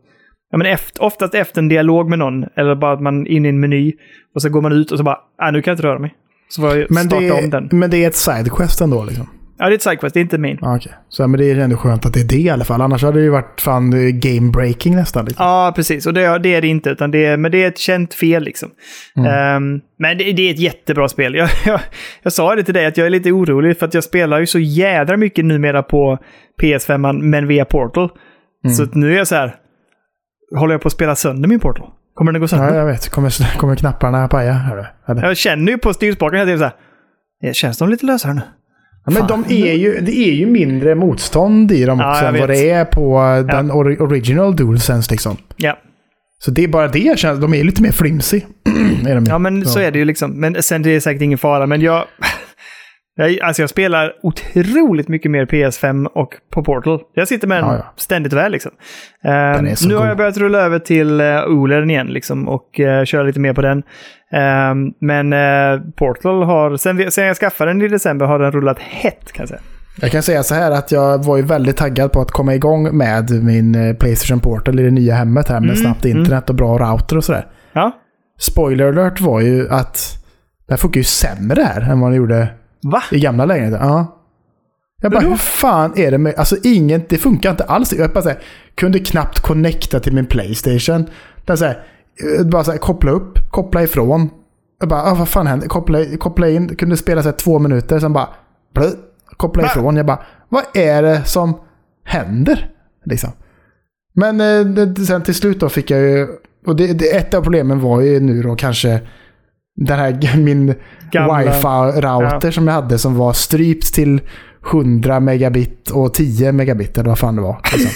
Ja, men oftast efter en dialog med någon, eller bara att man är inne i en meny och så går man ut och så bara, nu kan jag inte röra mig. Så får jag starta om den.
Men det är ett sidequest ändå liksom?
Ja, det är ett sidequest, det är inte min.
Okej. Så men det är ändå skönt att det är det i alla fall. Annars hade det ju varit fan game-breaking nästan. Liksom.
Ja, precis. Och det är det inte, utan men det är ett känt fel liksom. Men det är ett jättebra spel. Jag sa det till dig att jag är lite orolig för att jag spelar ju så jädra mycket numera på PS5 men via Portal. Så nu är jag så här, håller jag på att spela sönder min Portal? Kommer den gå sönder?
Ja, jag vet. Kommer knapparna paja?
Jag känner ju på styrspaken att det är så här, känns de lite lösare nu?
Ja, men det är ju mindre motstånd i dem också än vad det är på den original DualSense liksom. Ja. Så det är bara det känns, de är lite mer flimsy.
Ja, men så är det ju liksom. Men sen det är säkert ingen fara, men jag spelar otroligt mycket mer PS5 och på Portal. Jag sitter med den ständigt väl liksom. Nu har jag börjat rulla över till OLED igen liksom, och köra lite mer på den. Men Portal har, sen jag skaffade den i december, har den rullat hett kan jag säga.
Jag kan säga så här att jag var ju väldigt taggad på att komma igång med min PlayStation Portal i det nya hemmet här med snabbt internet och bra router och sådär. Ja. Spoiler alert var ju att det funkar ju sämre här än vad det gjorde i gamla lägenheter. Ja. Jag bara, hur fan är det med... Alltså det funkar inte alls. Jag bara säger, kunde knappt connecta till min PlayStation. Bara så här, koppla upp, koppla ifrån. Jag bara, vad fan händer? Koppla in, kunde spela så här 2 minuter, sen bara koppla ifrån. Jag bara, vad är det som händer? Liksom. Men sen till slut då fick jag ju... Och ett av problemen var ju nu då kanske den här min wifi-router som jag hade som var strypt till 100 megabit och 10 megabit eller vad fan det var. Liksom.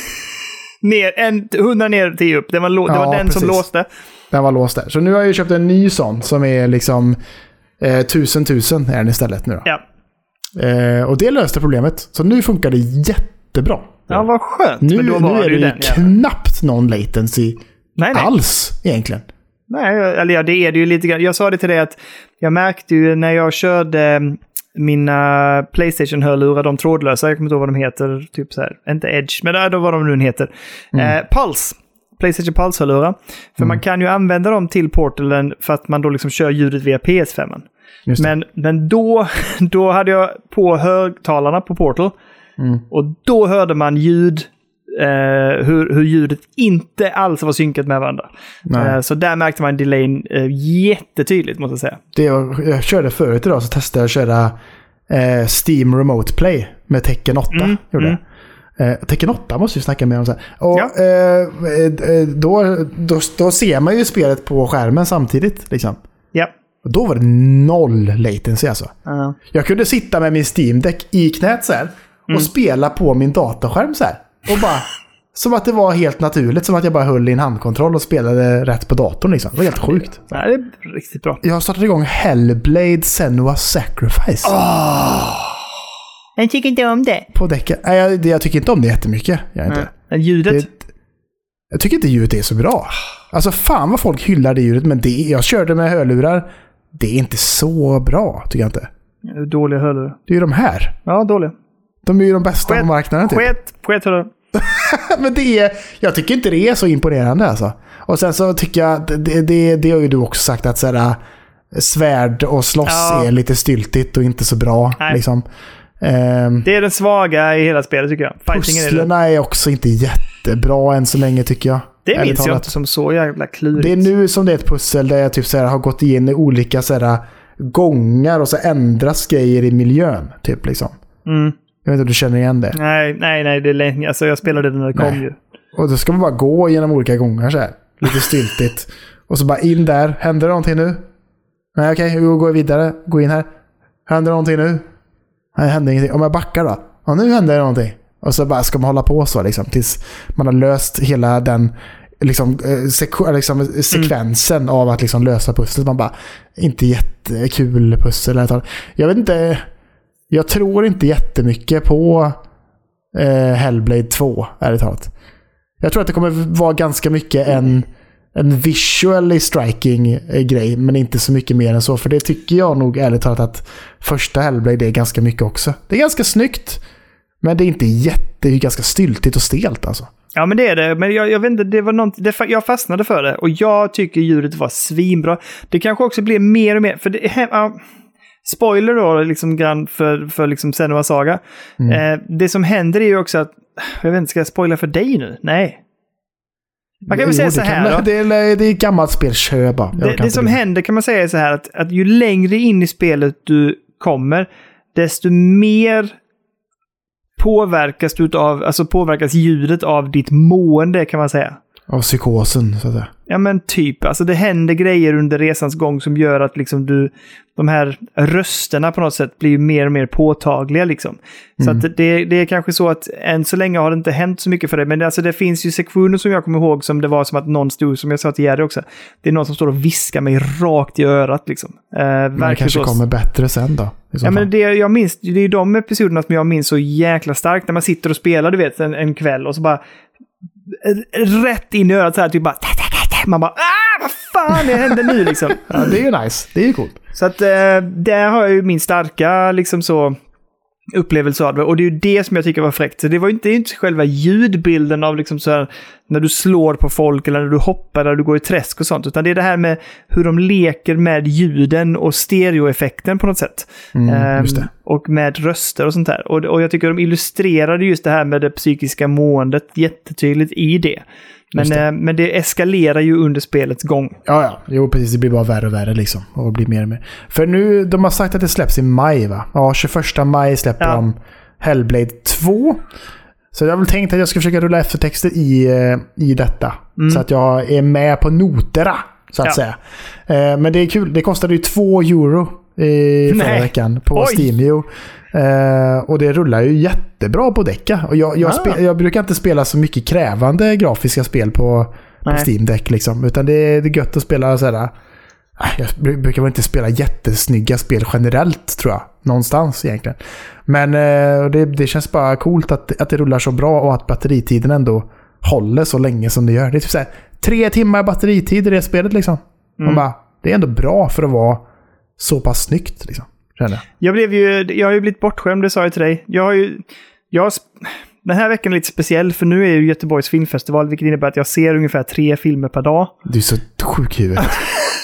100 ner 10 upp. Det var den som låste.
Den var låst där. Så nu har jag ju köpt en ny sån som är liksom 1000 är den istället nu då. Ja. Och det löste problemet. Så nu funkar det jättebra.
Ja, vad skönt.
Nu är det ju knappt någon latency alls egentligen.
Nej, eller det är det ju lite grann. Jag sa det till dig att jag märkte ju när jag körde mina PlayStation-hörlurar, de trådlösa, jag kommer inte ihåg vad de heter, typ så här, inte Edge, men då vad de nu heter. Pulse. PlayStation Pulse-hörlurar. För man kan ju använda dem till Portalen för att man då liksom kör ljudet via PS5. Men då hade jag på högtalarna på Portal och då hörde man ljud hur ljudet inte alls var synkat med varandra. Så där märkte man delayen jättetydligt, måste jag säga.
Jag körde förut idag, så testade jag att köra Steam Remote Play med Tekken 8. Tekken 8 måste ju snacka med om så här. Och då ser man ju spelet på skärmen samtidigt liksom. Ja. Och då var det 0 latency alltså. Jag kunde sitta med min Steam Deck i knät så här och spela på min datorskärm så här. Och bara som att det var helt naturligt, som att jag bara höll i en handkontroll och spelade rätt på datorn liksom. Det var helt sjukt.
Ja, det är riktigt bra.
Jag startade igång Hellblade Senua's Sacrifice.
Jag tycker inte om det.
På däcken. Jag tycker inte om det jättemycket.
Ljudet?
Jag tycker inte ljudet är så bra. Alltså fan vad folk hyllar det ljudet, men jag körde med hörlurar. Det är inte så bra, tycker jag inte.
Dåliga hörlurar.
Det är ju de här.
Ja, dåliga.
De är ju de bästa på marknaden typ.
Skit hörlurar.
Men jag tycker inte det är så imponerande alltså. Och sen så tycker jag det har ju du också sagt att sådär, svärd och slåss är lite styltigt och inte så bra liksom.
Det är det svaga i hela spelet tycker jag.
Pusslerna är också inte jättebra än så länge tycker jag.
Det minns jag inte som så jävla klurigt.
Det är nu som det är ett pussel där jag typ såhär, har gått in i olika såhär, gångar och så ändras grejer i miljön typ liksom. Jag vet inte om du känner igen det. Nej,
det är länge. Alltså jag spelade det när det kom ju.
Och då ska man bara gå genom olika gångar så här. Lite styltigt. Och så bara in där. Händer det någonting nu? Nej, okej. Hur går jag vidare? Gå in här. Händer det någonting nu? Nej, det händer ingenting. Om jag backar då? Ja, nu händer det någonting. Och så bara ska man hålla på så liksom. Tills man har löst hela den liksom, sekvensen av att liksom lösa pusslet. Man bara, inte jättekul pussel. Jag vet inte... Jag tror inte jättemycket på Hellblade 2, ärligt talat. Jag tror att det kommer vara ganska mycket en visually striking grej, men inte så mycket mer än så. För det tycker jag nog ärligt talat att första Hellblade är ganska mycket också. Det är ganska snyggt, men det är inte det är ganska styltigt och stelt alltså.
Ja, men det är det. Men jag vet inte, det var något, jag fastnade för det. Och jag tycker ljudet var svinbra. Det kanske också blir mer och mer, för det spoiler då, liksom grann för liksom Senua Saga. Det som händer är ju också att, jag vet inte, ska jag spoila för dig nu? Nej. Man kan väl säga så här då.
Det är gammalt spel, kör bara.
Det som händer kan man säga är så här att ju längre in i spelet du kommer, desto mer påverkas ljudet av ditt mående, kan man säga.
Av psykosen, så att säga.
Ja, men typ. Alltså det händer grejer under resans gång som gör att liksom de här rösterna på något sätt blir mer och mer påtagliga liksom. Så att det är kanske så att än så länge har det inte hänt så mycket för det. Men alltså det finns ju sektioner som jag kommer ihåg som det var som att någon stod, som jag sa till Jerry också. Det är någon som står och viskar mig rakt i örat liksom.
Men det kanske kommer bättre sen då.
Ja, men det är de episoderna som jag minns så jäkla starkt när man sitter och spelar, du vet, en kväll och så bara rätt in i örat så här, typ bara man bara, vad fan det händer nu liksom.
Ja, det är ju nice. Det är ju coolt.
Så att där har jag ju min starka liksom så upplevelse av det. Och det är ju det som jag tycker var fräckt. Så det är inte själva ljudbilden av liksom så här, när du slår på folk eller när du hoppar eller du går i träsk och sånt. Utan det är det här med hur de leker med ljuden och stereoeffekten på något sätt.
Just det.
Och med röster och sånt där. Och jag tycker de illustrerade just det här med det psykiska måendet jättetydligt i det. Men det eskalerar ju under spelets gång.
Ja. Jo, precis. Det blir bara värre och värre liksom. Och blir mer och mer. För nu, de har sagt att det släpps i maj, va? Ja, 21 maj släpper de Hellblade 2. Så jag har väl tänkt att jag ska försöka rulla eftertexter i detta. Så att jag är med på noterna, så att säga. Men det är kul. Det kostade ju 2 euro förra veckan på Steam. Jo. Och det rullar ju jättebra på Decca. Och jag brukar inte spela så mycket krävande grafiska spel på Steam Deck liksom, utan det är gött att spela sådär. Jag brukar väl inte spela jättesnygga spel generellt, tror jag, någonstans egentligen. Men det känns bara coolt att det rullar så bra och att batteritiden ändå håller så länge som det gör. Det är typ såhär 3 timmar batteritid i det spelet liksom. Man bara, det är ändå bra för att vara så pass snyggt liksom. Jag har ju blivit bortskämd, det sa jag till dig. Den här veckan är lite speciell, för nu är ju Göteborgs filmfestival, vilket innebär att jag ser ungefär 3 filmer per dag. Du är så sjuk i huvudet.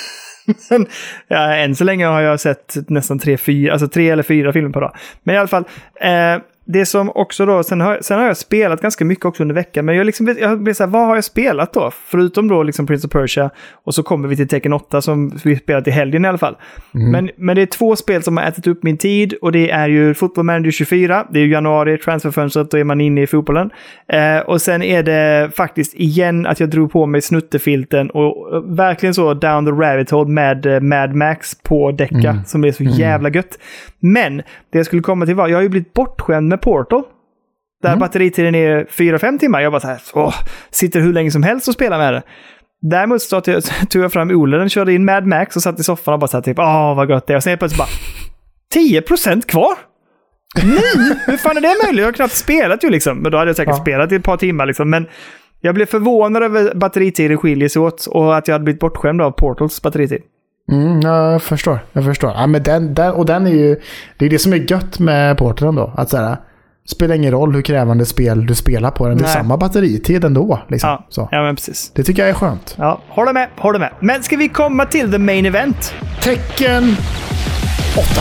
Än så länge har jag sett nästan 3 eller 4 filmer per dag. Men i alla fall, det som också då, sen har jag spelat ganska mycket också under veckan, men jag blir så här, vad har jag spelat då? Förutom då liksom Prince of Persia, och så kommer vi till Tekken 8 som vi spelat i helgen i alla fall. Men det är 2 spel som har ätit upp min tid, och det är ju Football Manager 24, det är ju januari, transferfönstret, då är man inne i fotbollen. Och sen är det faktiskt igen att jag drog på mig snuttefilten och verkligen så down the rabbit hole med Mad Max på Decca, som är så jävla gött. Men det jag skulle komma till var, jag har ju blivit bortskämd med Portal. Där batteritiden är 4-5 timmar. Jag bara så här, sitter hur länge som helst och spelar med det. Däremot så tog jag fram OLEDen, körde in Mad Max och satt i soffan och bara så här, typ, vad gott det är. Och sen är plötsligt bara 10% kvar? Nej, hur fan är det möjligt? Jag har knappt spelat ju liksom. Men då hade jag säkert spelat i ett par timmar liksom. Men jag blev förvånad över batteritiden skiljer sig åt och att jag hade blivit bortskämd av Portals batteritid.
Jag förstår. Ja, men den är ju, det är det som är gött med Portalen då, att så här, spelar ingen roll hur krävande spel du spelar på den, det är samma batteritid ändå liksom.
Ja, men precis.
Det tycker jag är skönt.
Ja, håller med. Men ska vi komma till the main event?
Tekken 8.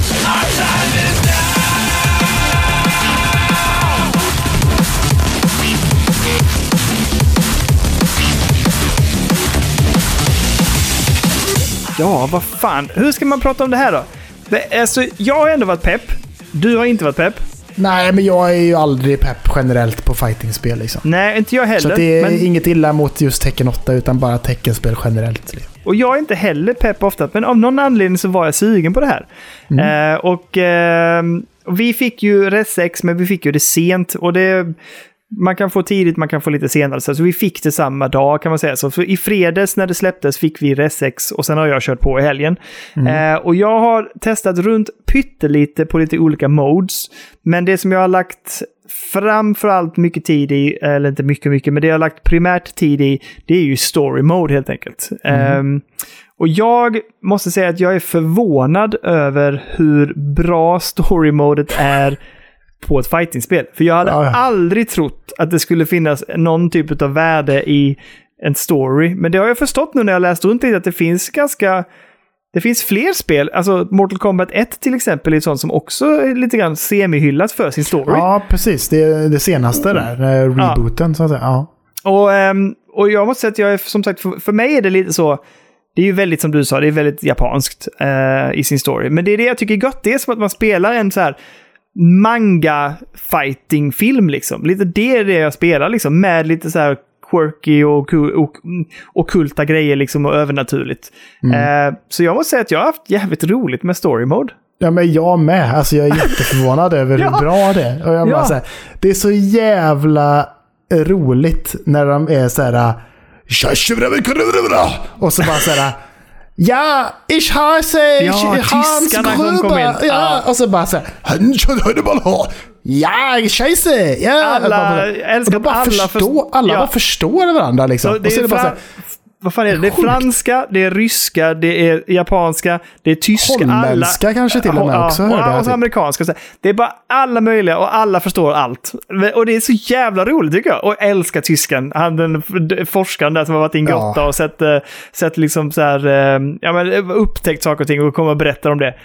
Ja, vad fan. Hur ska man prata om det här då? Alltså, jag har ändå varit pepp. Du har inte varit pepp.
Nej, men jag är ju aldrig pepp generellt på fightingspel liksom.
Nej, inte jag heller.
Så det är inget illa mot just Tekken 8, utan bara Tekkenspel generellt. Liksom.
Och jag är inte heller pepp ofta, men av någon anledning så var jag sugen på det här. Vi fick ju Res 6, men vi fick ju det sent. Och man kan få tidigt, man kan få lite senare. Så vi fick det samma dag, kan man säga. Så i fredags när det släpptes fick vi Res 6 och sen har jag kört på i helgen. Och jag har testat runt pyttelite på lite olika modes. Men det som jag har lagt framförallt mycket tid i, eller inte mycket, men det jag har lagt primärt tid i, det är ju story mode helt enkelt. Och jag måste säga att jag är förvånad över hur bra story modet är på ett fightingspel. För jag hade aldrig trott att det skulle finnas någon typ av värde i en story. Men det har jag förstått nu när jag läst runt lite, att det finns fler spel. Alltså Mortal Kombat 1 till exempel är ett sånt som också är lite grann semihyllat för sin story.
Ja, precis. Det är det senaste där. Rebooten, så att säga. Ja.
Och jag måste säga att jag är, som sagt, för mig är det lite så. Det är ju väldigt, som du sa, det är väldigt japanskt i sin story. Men det är det jag tycker är gott. Det är som att man spelar en så här manga-fighting-film liksom. Lite det är det jag spelar liksom. Med lite så här quirky och ockulta grejer liksom och övernaturligt. Så jag måste säga att jag har haft jävligt roligt med story mode.
Ja, men jag med. Alltså jag är jätteförvånad över hur bra det är. Och jag bara säger, det är så jävla roligt när de är så här och så bara så här ja, ich heiße Hans Gruber. Ja, och så bara så här ja, scheisse. Ja,
alla älskar
alla bara förstår varandra liksom.
Så det är bara så här, vad fan är det? Det är franska, det är ryska, det är japanska, det är tyska.
Holländska kanske till och med också.
Och så amerikanska. Det är bara alla möjliga och alla förstår allt. Och det är så jävla roligt tycker jag. Och älskar tyskan. Han den forskaren där som har varit i en grotta och sett liksom så här, upptäckt saker och ting och kommer och berättar om det.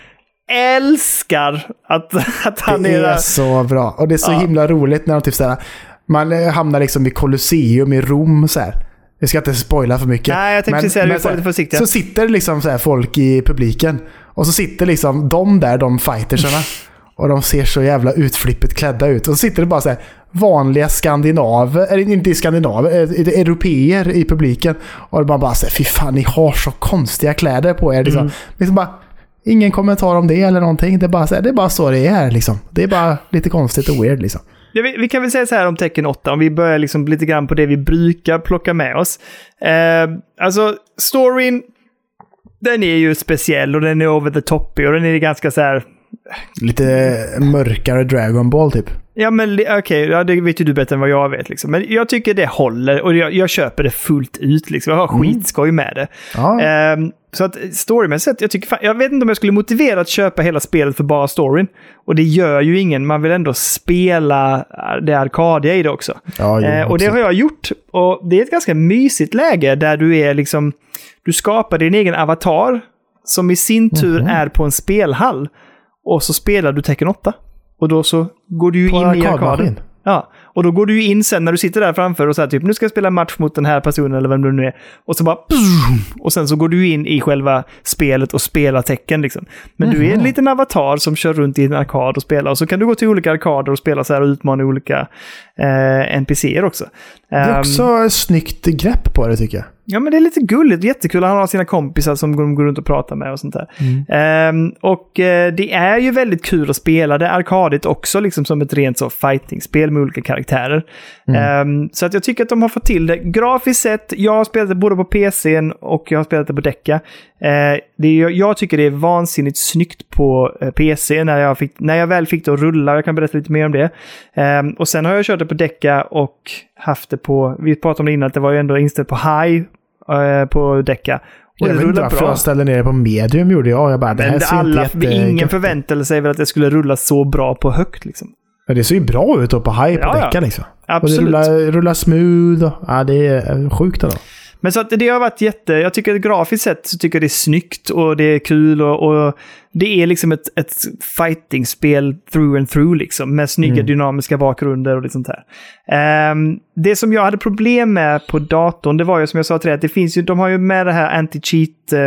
Älskar att han är där.
Det är så bra. Och det är så himla roligt när de typ så här, man hamnar liksom i Colosseum i Rom så här. Jag ska inte spoila för mycket.
Nej, jag tänkte säga att vi får lite försiktiga.
Så sitter liksom så här folk i publiken. Och så sitter liksom de fightersarna. Och de ser så jävla utflippet klädda ut. Och så sitter det bara så här vanliga skandinaver. Eller inte skandinaver, europeer i publiken. Och man bara säger, fy fan, ni har så konstiga kläder på er. Liksom bara, ingen kommentar om det eller någonting. Det är bara så det är liksom. Det är bara lite konstigt och weird liksom.
Ja, vi kan väl säga så här om Tekken 8, om vi börjar liksom lite grann på det vi brukar plocka med oss. Alltså, storyn, den är ju speciell och den är over the top och den är ganska så här...
Lite mörkare Dragon Ball typ.
Ja, men okej, det vet ju du bättre än vad jag vet liksom. Men jag tycker det håller och jag köper det fullt ut liksom. Jag har skitskoj med det. Så att storymässigt, jag vet inte om jag skulle motivera att köpa hela spelet för bara storyn. Och det gör ju ingen. Man vill ändå spela det arkadiga i det också. Och det har jag gjort. Och det är ett ganska mysigt läge där du är liksom, du skapar din egen avatar som i sin tur är på en spelhall. Och så spelar du Tekken 8. Och då så går du ju in i arkaden. Ja, och då går du ju in sen när du sitter där framför och så här typ, nu ska jag spela match mot den här personen eller vem du nu är. Och så bara, och sen så går du in i själva spelet och spelar Tekken liksom. Men du är en liten avatar som kör runt i en arkad och spelar. Och så kan du gå till olika arkader och spela så här och utmana olika NPCer också.
Det är också ett snyggt grepp på det tycker jag.
Ja, men det är lite gulligt. Jättekul. Han har sina kompisar som går runt och pratar med och sånt där. Och det är ju väldigt kul att spela. Det är arkadigt också liksom som ett rent så fighting-spel med olika karaktärer. Så att jag tycker att de har fått till det. Grafiskt sett, jag har spelat det både på PC:n och jag har spelat det på Deca. Jag tycker det är vansinnigt snyggt på PC när jag väl fick det att rulla. Jag kan berätta lite mer om det. Och sen har jag kört det på Deca och haft det på, vi pratade om det innan, att det var ju ändå inställt på high på Deca. Och
jag
det rullar bra.
Jag ställde ner det på medium gjorde jag bara, det här ser inte
ingen förväntade sig väl att det skulle rulla så bra på högt liksom.
Ja, det ser ju bra ut på high på Deca liksom.
Absolut.
Och det rullar smooth. Ja, det är sjukt då.
Men så att det har varit jag tycker att grafiskt sett så tycker jag det är snyggt och det är kul och det är liksom ett fighting-spel through and through liksom med snygga dynamiska bakgrunder och lite sånt här. Det som jag hade problem med på datorn, det var ju som jag sa till dig att det finns ju, de har ju med det här anti-cheat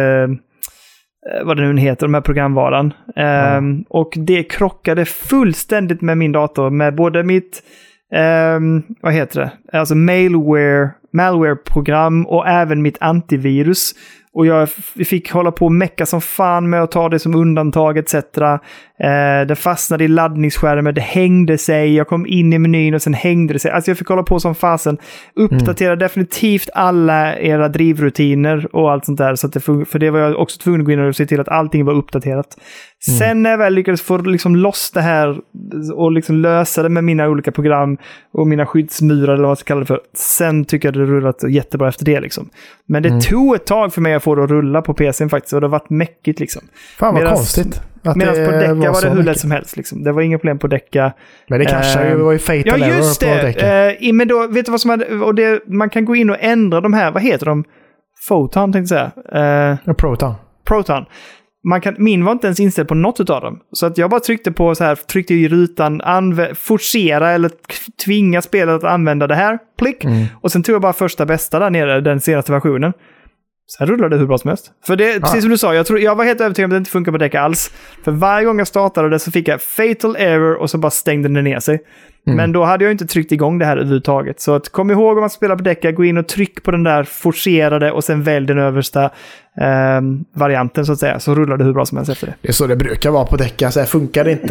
vad det nu heter, de här programvaran. Och det krockade fullständigt med min dator med både mitt vad heter det? Alltså malware-program och även mitt antivirus. Och jag fick hålla på och mecka som fan med att ta det som undantag etc. Det fastnade i laddningsskärmen, det hängde sig. Jag kom in i menyn och sen hängde det sig. Alltså jag fick hålla på som fasen. Uppdatera definitivt alla era drivrutiner och allt sånt där. Så att för det var jag också tvungen att gå in och se till att allting var uppdaterat. Sen när jag väl lyckades få liksom loss det här och liksom lösa det med mina olika program och mina skyddsmurar eller vad jag ska kalla det för. Sen tycker jag det rullat jättebra efter det liksom. Men det tog ett tag för mig att få det att rulla på PC:n faktiskt och det har varit mäckigt liksom.
Fan vad konstigt.
Medan på Decca var det hur lätt som helst. Liksom. Det var inga problem på Decca.
Men det kraschade ju, det var ju fatal error på Decca.
Men då, vet du vad som hade... Och det, man kan gå in och ändra de här, vad heter de? Photon tänkte jag säga. Proton. Min var inte ens inställd på något av dem. Så att jag bara tryckte i rutan forcera eller tvinga spelet att använda det här. Klick. Och sen tog jag bara första bästa där nere, den senaste versionen. Sen rullade det hur bra som helst. För det, precis som du sa, jag var helt övertygad om att det inte funkar på Decca alls. För varje gång jag startade det så fick jag fatal error och så bara stängde den ner sig. Men då hade jag inte tryckt igång det här överhuvudtaget. Så att, kom ihåg om man spelar på Decca, gå in och tryck på den där forcerade och sen välj den översta varianten så att säga. Så rullar det hur bra som helst efter det.
Det är så det brukar vara på Decca. Så här, funkar det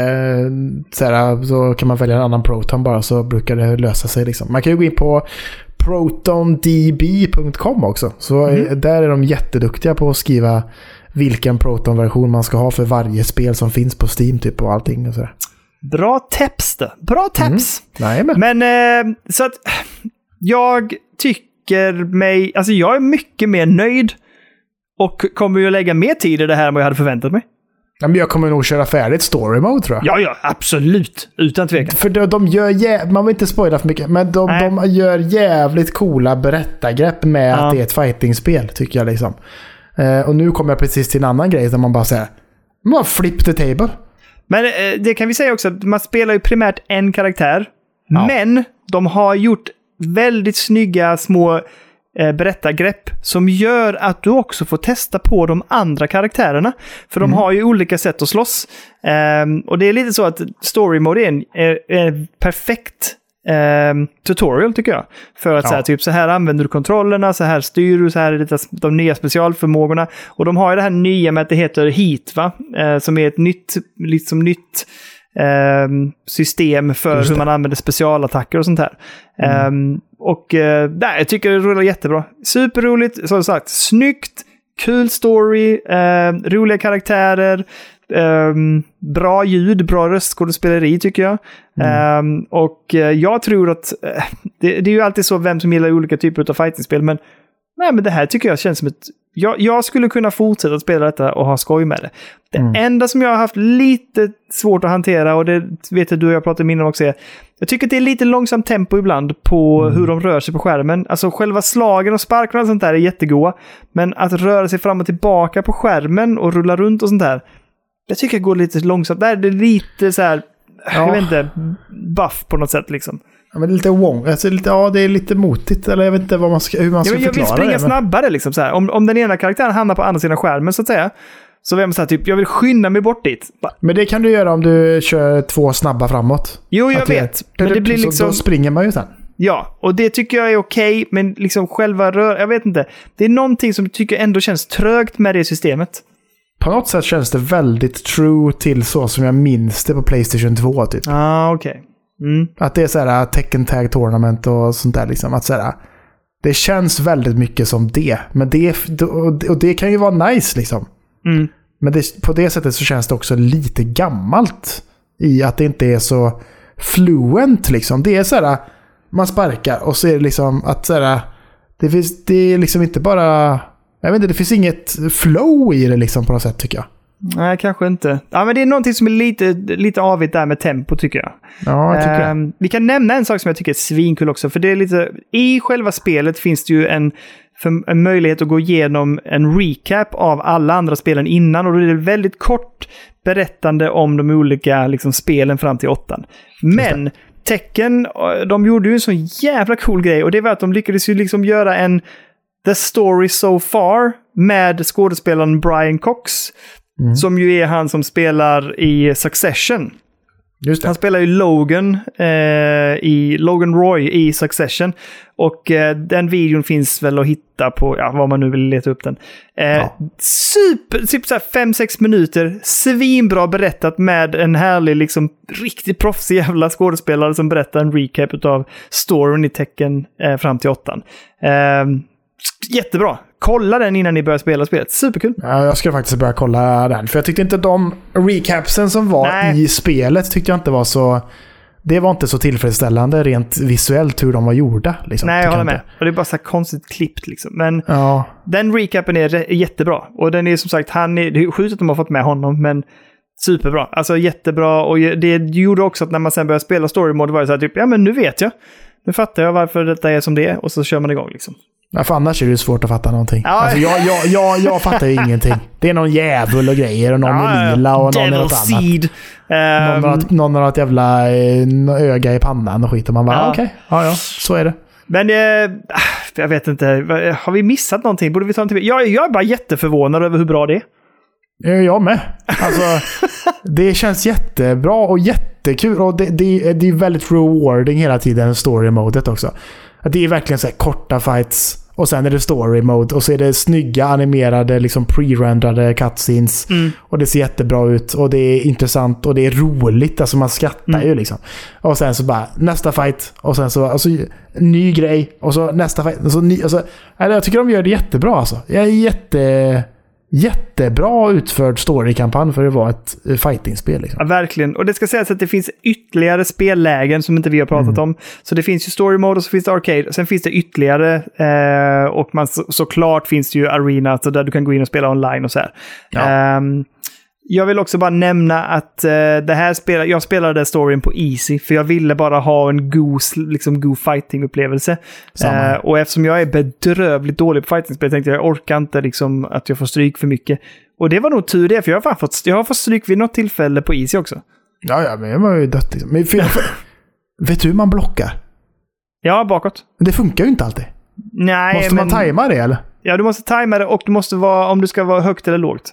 inte så kan man välja en annan Proton bara, så brukar det lösa sig liksom. Man kan ju gå in på protondb.com också. Så där är de jätteduktiga på att skriva vilken Proton-version man ska ha för varje spel som finns på Steam typ och allting och sådär.
Bra tips då. Bra tips.
Men
så att jag tycker alltså jag är mycket mer nöjd och kommer ju att lägga mer tid i det här än vad jag hade förväntat mig.
Ja, men jag kommer nog köra färdigt story mode tror jag.
Ja, absolut. Utan tvekan.
För de gör man vill inte spoila för mycket, men de gör jävligt coola berättargrepp med att det är ett fighting-spel, tycker jag liksom. Och nu kommer jag precis till en annan grej där man bara säger man flip the table.
Men det kan vi säga också, att man spelar ju primärt en karaktär. Ja. Men de har gjort väldigt snygga små berättargrepp som gör att du också får testa på de andra karaktärerna. För de har ju olika sätt att slåss. Och det är lite så att story mode är en perfekt tutorial tycker jag. För att säga typ så här använder du kontrollerna, så här styr du, så här är det de nya specialförmågorna. Och de har ju det här nya med att det heter Heat va? Som är ett nytt system för hur man använder specialattacker och sånt här. Jag tycker det rullar jättebra. Superroligt, som sagt, snyggt, kul story, roliga karaktärer, bra ljud, bra röstskådespeleri tycker jag. Och jag tror att det är ju alltid så vem som gillar olika typer av fightingspel, men det här tycker jag känns som ett... Jag skulle kunna fortsätta att spela detta och ha skoj med det. Det enda som jag har haft lite svårt att hantera, och det vet jag du och jag pratade innan också, jag tycker att det är lite långsamt tempo ibland på hur de rör sig på skärmen. Alltså själva slagen och sparkarna och sånt där är jättegoda, men att röra sig fram och tillbaka på skärmen och rulla runt och sånt där, jag tycker det går lite långsamt. Där är det lite så här, jag vet inte, buff på något sätt liksom.
Ja, men det är lite wong. Alltså, det är lite motigt, eller jag vet inte hur man ska förklara det.
Jag vill springa snabbare liksom så här. Om den ena karaktären hamnar på andra sidan skärmen så att säga, så vill man säga typ, jag vill skynda mig bort dit.
Men det kan du göra om du kör 2 snabba framåt.
Jo, jag vet. Men det blir liksom...
Då springer man ju sen.
Ja, och det tycker jag är okej, men liksom själva jag vet inte. Det är någonting som jag tycker ändå känns trögt med det systemet.
På något sätt känns det väldigt true till så som jag minns det på PlayStation 2 typ.
Okej.
Att det är så här Tekken Tag Tournament och sånt där liksom. Att så här, det känns väldigt mycket som det. Men det kan ju vara nice liksom. Men på det sättet så känns det också lite gammalt i att det inte är så fluent liksom. Det är så här, man sparkar och så är det liksom att så här, det är liksom inte bara, jag vet inte, det finns inget flow i det liksom på något sätt tycker jag.
Nej, kanske inte. Ja, men det är någonting som är lite avigt där med tempo tycker jag.
Ja, jag tycker jag.
Vi kan nämna en sak som jag tycker är svinkul också, för det är lite, i själva spelet finns det ju en möjlighet att gå igenom en recap av alla andra spelen innan, och då är det väldigt kort berättande om de olika liksom, spelen fram till 8. Men Tekken, de gjorde ju en sån jävla cool grej, och det var att de lyckades ju liksom göra en The Story So Far med skådespelaren Brian Cox, som ju är han som spelar i Succession.
Just det.
Han spelar ju Logan Roy i Succession. Och den videon finns väl att hitta på, vad man nu vill leta upp den. Typ så här 5-6 minuter, svinbra berättat med en härlig, liksom riktigt proffsig jävla skådespelare som berättar en recap av storyn i Tekken fram till 8. Jättebra. Kolla den innan ni börjar spela spelet. Superkul.
Ja, jag ska faktiskt börja kolla den. För jag tyckte inte de recapsen som var i spelet tyckte jag inte var så det var inte så tillfredsställande rent visuellt hur de var gjorda. Liksom,
nej, jag håller med. Och det är bara så här konstigt klippt liksom. Men
ja.
Den recapen är jättebra. Och den är som sagt, det är sjukt att de har fått med honom, men superbra. Alltså jättebra. Och det gjorde också att när man sen började spela story mode var det så här typ, ja men nu vet jag. Nu fattar jag varför detta är som det är. Och så kör man igång liksom.
Ja, för annars är det svårt att fatta någonting.
Ja.
Alltså, jag fattar ju ingenting. Det är någon jävul och grejer och någon är lila och någon är något
seed.
annat. Någon har ett jävla öga i pannan och skit och man bara, okej. Ja, så är det.
Men jag vet inte, har vi missat någonting? Borde vi ta en till? Jag är bara jätteförvånad över hur bra det är.
Jag med. Alltså, det känns jättebra och jättekul och det är väldigt rewarding hela tiden, story-modet också. Det är verkligen så här korta fights och sen är det story mode och så är det snygga animerade liksom pre-renderade cutscenes och det ser jättebra ut och det är intressant och det är roligt, alltså man skrattar ju liksom. Och sen så bara nästa fight och sen så alltså, ny grej och så nästa fight och så ny, alltså, jag tycker de gör det jättebra alltså. Jag är jättebra utförd story-kampanj för att vara ett fighting-spel. Liksom.
Ja, verkligen. Och det ska sägas att det finns ytterligare spellägen som inte vi har pratat om. Så det finns ju story mode och så finns det arcade. Och sen finns det ytterligare och såklart finns det ju arena så där du kan gå in och spela online och så här. Ja. Jag vill också bara nämna att jag spelade storyn på easy för jag ville bara ha en god fighting-upplevelse. Och eftersom jag är bedrövligt dålig på fighting-spel tänkte jag orkar inte liksom, att jag får stryk för mycket. Och det var nog tur det, för jag har fått stryk vid något tillfälle på easy också.
Ja, men jag var ju dött liksom. Men vet du hur man blockar?
Ja, bakåt.
Det funkar ju inte alltid.
Nej,
måste man tajma det eller?
Ja, du måste tajma det och du måste om du ska vara högt eller lågt.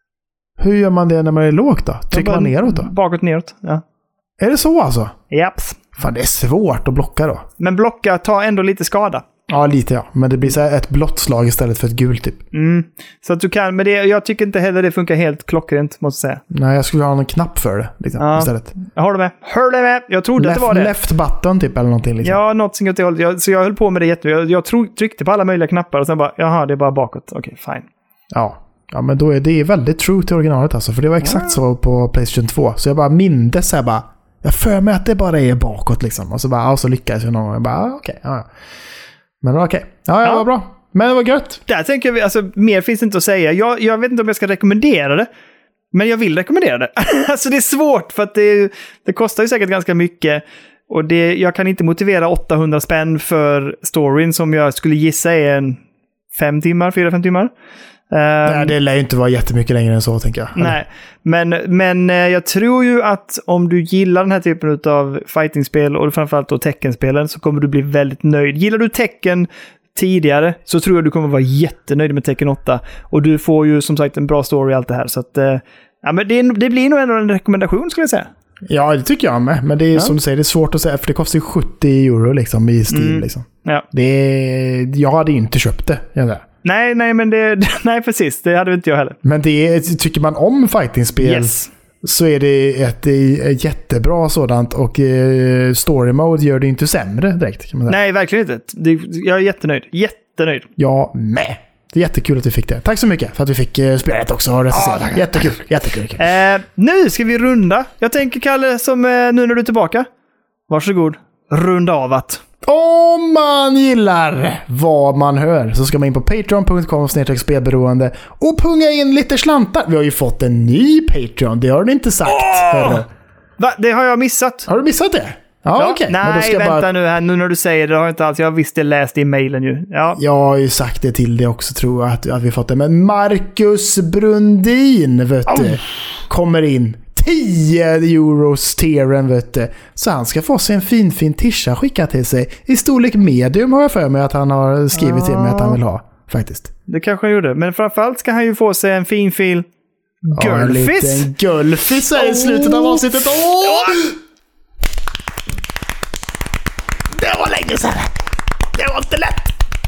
Hur gör man det när man är lågt då? Trycker man neråt då?
Bakåt, neråt, ja.
Är det så alltså?
Japs.
Fan, det är svårt att blocka då.
Men blocka tar ändå lite skada.
Ja, lite ja. Men det blir så här ett blått slag istället för ett gult typ.
Så att du kan, men jag tycker inte heller det funkar helt klockrent, måste jag säga.
Nej, jag skulle ha någon knapp för det liksom, istället.
Jag har det med. Hör det med. Jag trodde att det var det.
Left button typ eller någonting liksom.
Ja, något som åt det hållet. Så jag höll på med det jättemycket. Jag tryckte på alla möjliga knappar och sen bara, jaha, det är bara bakåt. Okej, fine.
Ja, men då är det väldigt true till originalet alltså. För det var exakt så på PlayStation 2. Så jag bara mindes så här bara, jag för mig att det bara är bakåt liksom. Och så bara, så lyckades jag någon gång. Jag bara, okej. Men okej. Ja, var bra. Men det var gött.
Där tänker vi, alltså mer finns inte att säga. Jag vet inte om jag ska rekommendera det. Men jag vill rekommendera det. Alltså det är svårt för att det kostar ju säkert ganska mycket. Och jag kan inte motivera 800 spänn för storyn som jag skulle gissa är 4-5 timmar.
Nej, det lär ju inte vara jättemycket längre än så, tänker jag.
Nej, men jag tror ju att om du gillar den här typen av fightingspel och framförallt då Tekken-spelen så kommer du bli väldigt nöjd. Gillar du Tekken tidigare så tror jag du kommer vara jättenöjd med Tekken 8. Och du får ju som sagt en bra story och allt det här. Så att, men det blir nog ändå en rekommendation skulle jag säga. Ja,
det tycker jag med. Men det är som du säger, det är svårt att säga för det kostar ju 70 euro liksom, i Steam. Liksom.
Ja.
Jag hade inte köpt det.
Nej, men nej, precis. Det hade inte jag heller.
Men tycker man om fightingspel så är det ett jättebra sådant och story mode gör det inte sämre direkt. Kan man säga.
Nej, verkligen inte. Jag är jättenöjd. Jättenöjd.
Jag med. Det är jättekul att vi fick det. Tack så mycket för att vi fick spelet också. Jättekul.
Nu ska vi runda. Jag tänker, Kalle, som nu när du är tillbaka. Varsågod. Runda av att.
Om man gillar vad man hör så ska man in på patreon.com/spelberoende och punga in lite slantar. Vi har ju fått en ny Patreon, det har du inte sagt.
Va? Det har jag missat.
Har du missat det? Ja, okej.
Nej, vänta nu här. Nu när du säger det har jag inte alls. Jag visst det läst i mejlen ju. Ja.
Jag har ju sagt det till dig också, tror jag, att vi fått det. Men Marcus Brundin, vet du, kommer in. 10 euros tieren, vet du. Så han ska få sig en fin tisha skickat till sig. I storlek medium har jag för mig att han har skrivit till mig att han vill ha, faktiskt.
Det kanske han gjorde. Men framförallt ska han ju få sig en fin fil Gulfis.
En Gulfis i slutet av avsnittet. Det var länge sedan. Det var inte lätt.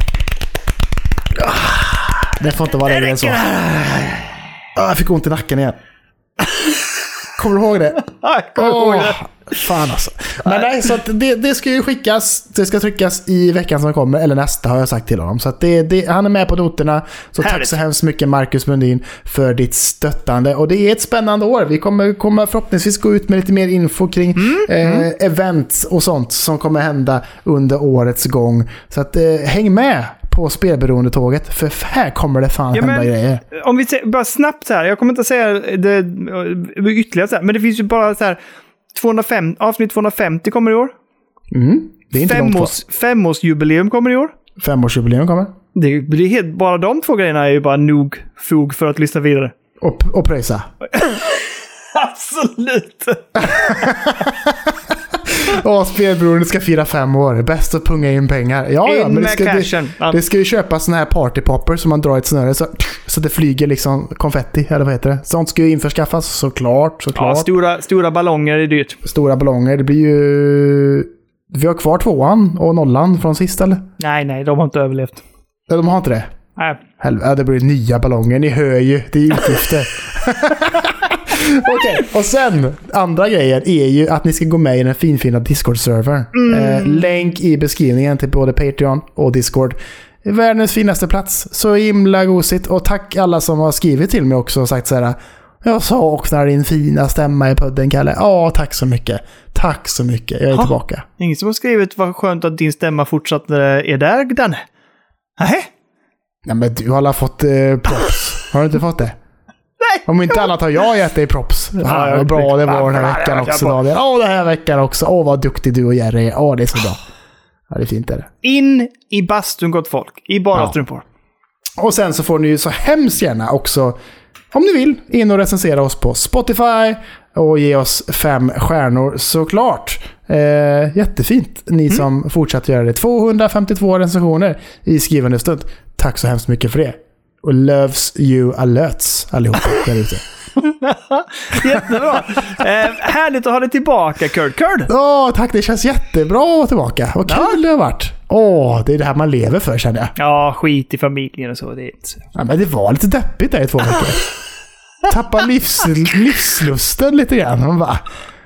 Det får inte vara längre än så. Jag fick ont i nacken igen. Kommer du ihåg det?
Ja, jag kommer ihåg det.
Fan alltså. Men nej, så att det ska ju skickas. Det ska tryckas i veckan som kommer. Eller nästa har jag sagt till honom. Så att han är med på noterna. Så härligt. Tack så hemskt mycket Marcus Mundin för ditt stöttande. Och det är ett spännande år. Vi kommer förhoppningsvis gå ut med lite mer info kring events och sånt som kommer hända under årets gång. Så att häng med på spelberoendetåget, för här kommer det fan hända grejer.
Om vi bara snabbt så här, jag kommer inte att säga det ytterligare så här, men det finns ju bara så här avsnitt 250 kommer i år.
Det är inte
femårsjubileum kommer i år.
5-årsjubileum kommer.
Det blir helt, bara de två grejerna är ju bara nog fog för att lyssna vidare.
Och pröjsa.
Absolut.
Spelberoende ska fira 5 år. Bäst att punga in pengar. Ja, men det ska ju köpas såna här partypopper som man drar ett snöre så det flyger liksom konfetti, eller vad heter det? Sånt ska ju införskaffas, såklart.
Ja, stora ballonger är dyrt.
Stora ballonger, det blir ju... Vi har kvar 2:an och 0:an från sist, eller?
Nej, de har inte överlevt.
De har inte det?
Nej.
Helvete, det blir nya ballonger. Ni hör ju, det är utgifter. Okej, och sen andra grejer är ju att ni ska gå med i den finfina Discord-servern. Länk i beskrivningen till både Patreon och Discord. Världens finaste plats. Så himla gosigt. Och tack alla som har skrivit till mig också och sagt så här: jag saknar din fina stämma i podden, Kalle. Ja, tack så mycket. Tack så mycket. Jag är tillbaka.
Ingen som har skrivit vad skönt att din stämma fortsatt är där, Danne? Nej.
Ja, men du har alla fått props. Har du inte fått det?
Nej.
Om inte annat har jag gett dig props. Ja, vad bra det var den här veckan också, Daniel. Den här veckan också. Vad duktig du och Jerry är. Det är så bra. Ja, det är fint, är det.
In i bastun, gott folk. I bara strumpor.
Och sen så får ni ju så hemskt gärna också, om ni vill, in och recensera oss på Spotify och ge oss 5 stjärnor såklart. Jättefint. Ni som fortsätter göra det. 252 recensioner i skrivande stund. Tack så hemskt mycket för det. Och loves you alerts allihopa där ute.
Jättebra. Härligt att ha dig tillbaka, Kurt.
Tack, det känns jättebra att vara tillbaka. Vad kul det har varit. Det är det här man lever för, känner jag. Ja, skit i familjen och så. Det är inte så. Ja, men det var lite deppigt där i 2 veckor. Tappa livslusten lite grann. Man bara,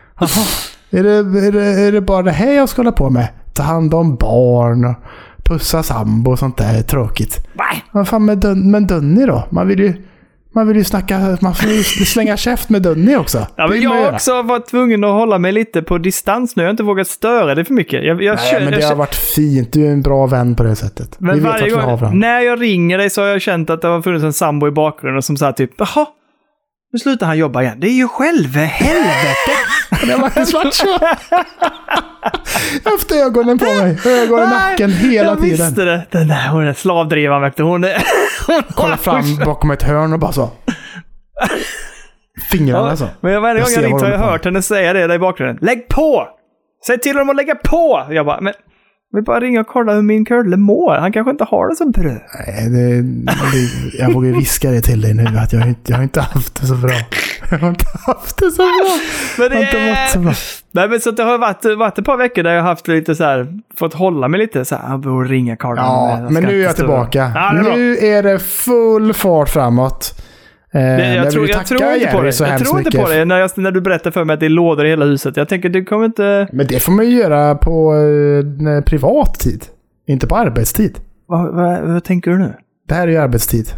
är det bara det här jag ska hålla på med? Ta hand om barn och pussa sambo och sånt där. Tråkigt. Vad fan med Dunny då? Man vill ju snacka, man får ju slänga käft med Dunny också. Ja, men jag har också varit tvungen att hålla mig lite på distans nu. Jag har inte vågat störa det för mycket. Men det har varit fint. Du är en bra vän på det sättet. Men varje gång när jag ringer dig så har jag känt att det har funnits en sambo i bakgrunden som sa typ, jaha, nu slutar han jobba igen. Det är ju själva helvete. Det har varit svart så. Efter ögonen på mig. Ögon i nacken hela tiden. Jag visste det. Hon är slavdrivan, vet du. Hon kollar fram bakom ett hörn och bara så. Fingrarna så. Men varje gång jag ringt har jag hört henne säga det där i bakgrunden. Lägg på! Säg till honom att lägga på! Jag bara, men vi bara ringa och kolla hur min curle mår. Han kanske inte har det så bra. Nej, jag vågar viska det till dig nu att jag har inte haft det så bra. Jag har inte haft det så bra. Men det har inte mått så bra. Nej, men så det har varit ett par veckor där jag har haft lite så här, fått hålla mig lite så här, jag borde ringa Carl. Ja, men nu är jag tillbaka. Ja, nu är det full fart framåt. Jag tror inte på det när du berättar för mig att det är lådor i hela huset. Jag tänker du kommer inte... Men det får man ju göra på privat tid, inte på arbetstid. Vad tänker du nu? Det här är ju arbetstid.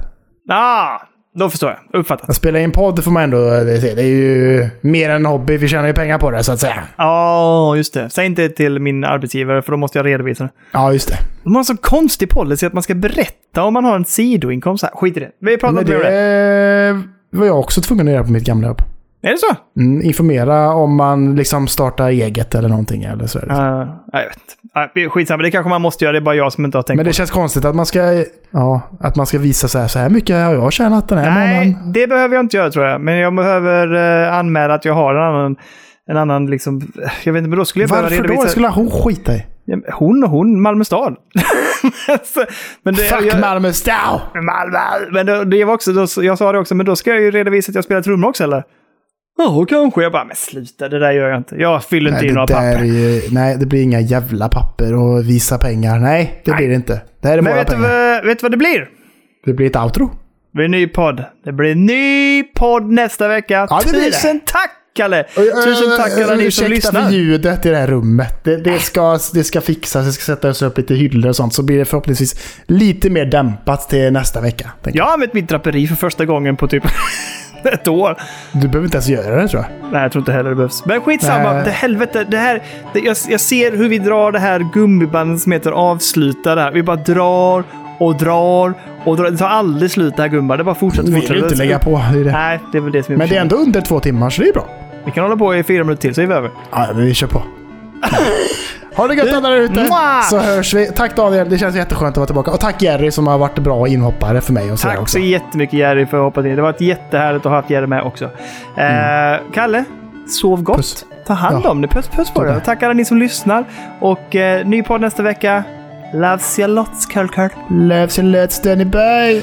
Då förstår jag. Uppfattat. Att spela in podd får man ändå... Det är ju mer än en hobby. Vi tjänar ju pengar på det, så att säga. Ja, just det. Säg inte till min arbetsgivare, för då måste jag redovisa det. Ja, just det. De har en sån konstig policy att man ska berätta om man har en sidoinkomst. Skit i det. Vi pratar om det. Var jag också tvungen att göra på mitt gamla jobb. Är det så? Informera om man liksom startar eget eller någonting. Eller så är det. Jag vet inte. Skitsamma, det kanske man måste göra. Det är bara jag som inte har tänkt. Men det känns konstigt att man ska visa så här mycket har jag tjänat den här månaden. Nej, det behöver jag inte göra, tror jag. Men jag behöver anmäla att jag har en annan liksom... Jag vet inte, men då skulle jag behöva redovisa... Varför då? Skulle hon skita i? Hon, Malmö stad. Men det, fuck Malmö stad! Men det var också, jag sa det också, men då ska jag ju redovisa att jag spelar trummor också, eller? Ja, kanske. Jag bara, men sluta, det där gör jag inte. Jag fyller inte in några papper. Nej, det blir inga jävla papper och visa pengar. Nej, det blir det inte. Det här är bara pengar. Vet du vad det blir? Det blir ett outro. Det blir en ny podd. Det blir en ny podd nästa vecka. Ja, 1000 tack!
Kalle. Tusen tack alla ni som lyssnar.
För ljudet i det här rummet. Det ska fixas, det ska sättas upp lite hyllor och sånt. Så blir det förhoppningsvis lite mer dämpat till nästa vecka.
Jag har använt mitt draperi för första gången på typ ett år.
Du behöver inte ens göra det, tror jag.
Nej, jag tror inte heller det behövs. Men skitsamma, det helvete. Jag ser hur vi drar det här gummibandet som heter avsluta där. Vi bara drar och drar. Det tar aldrig slut det här gumbar. Det bara fortsätter.
Vi vill inte lägga på. Det.
Nej, det är väl det som är.
Men det är ändå under 2 timmar, så det är bra.
Vi kan hålla på i 4 minuter till, så är vi över.
Ja, men vi kör på. Ha det gött där ute. Så hörs vi. Tack Daniel, det känns jätteskönt att vara tillbaka. Och tack Jerry som har varit bra inhoppare för mig. Och
tack
också.
Så jättemycket Jerry för att hoppa in. Det var jättehärligt att ha haft Jerry med också. Kalle, sov gott. Puss. Ta hand om det. Puss på det. Tack alla ni som lyssnar. Och ny podd nästa vecka. Loves you lots, Carl.
Loves you lots, Danny Bye.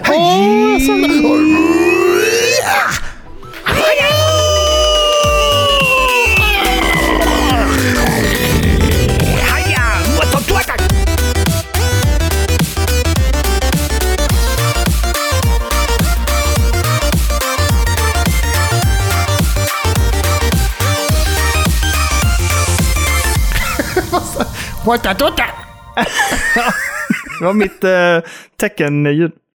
Det var mitt teckenljud.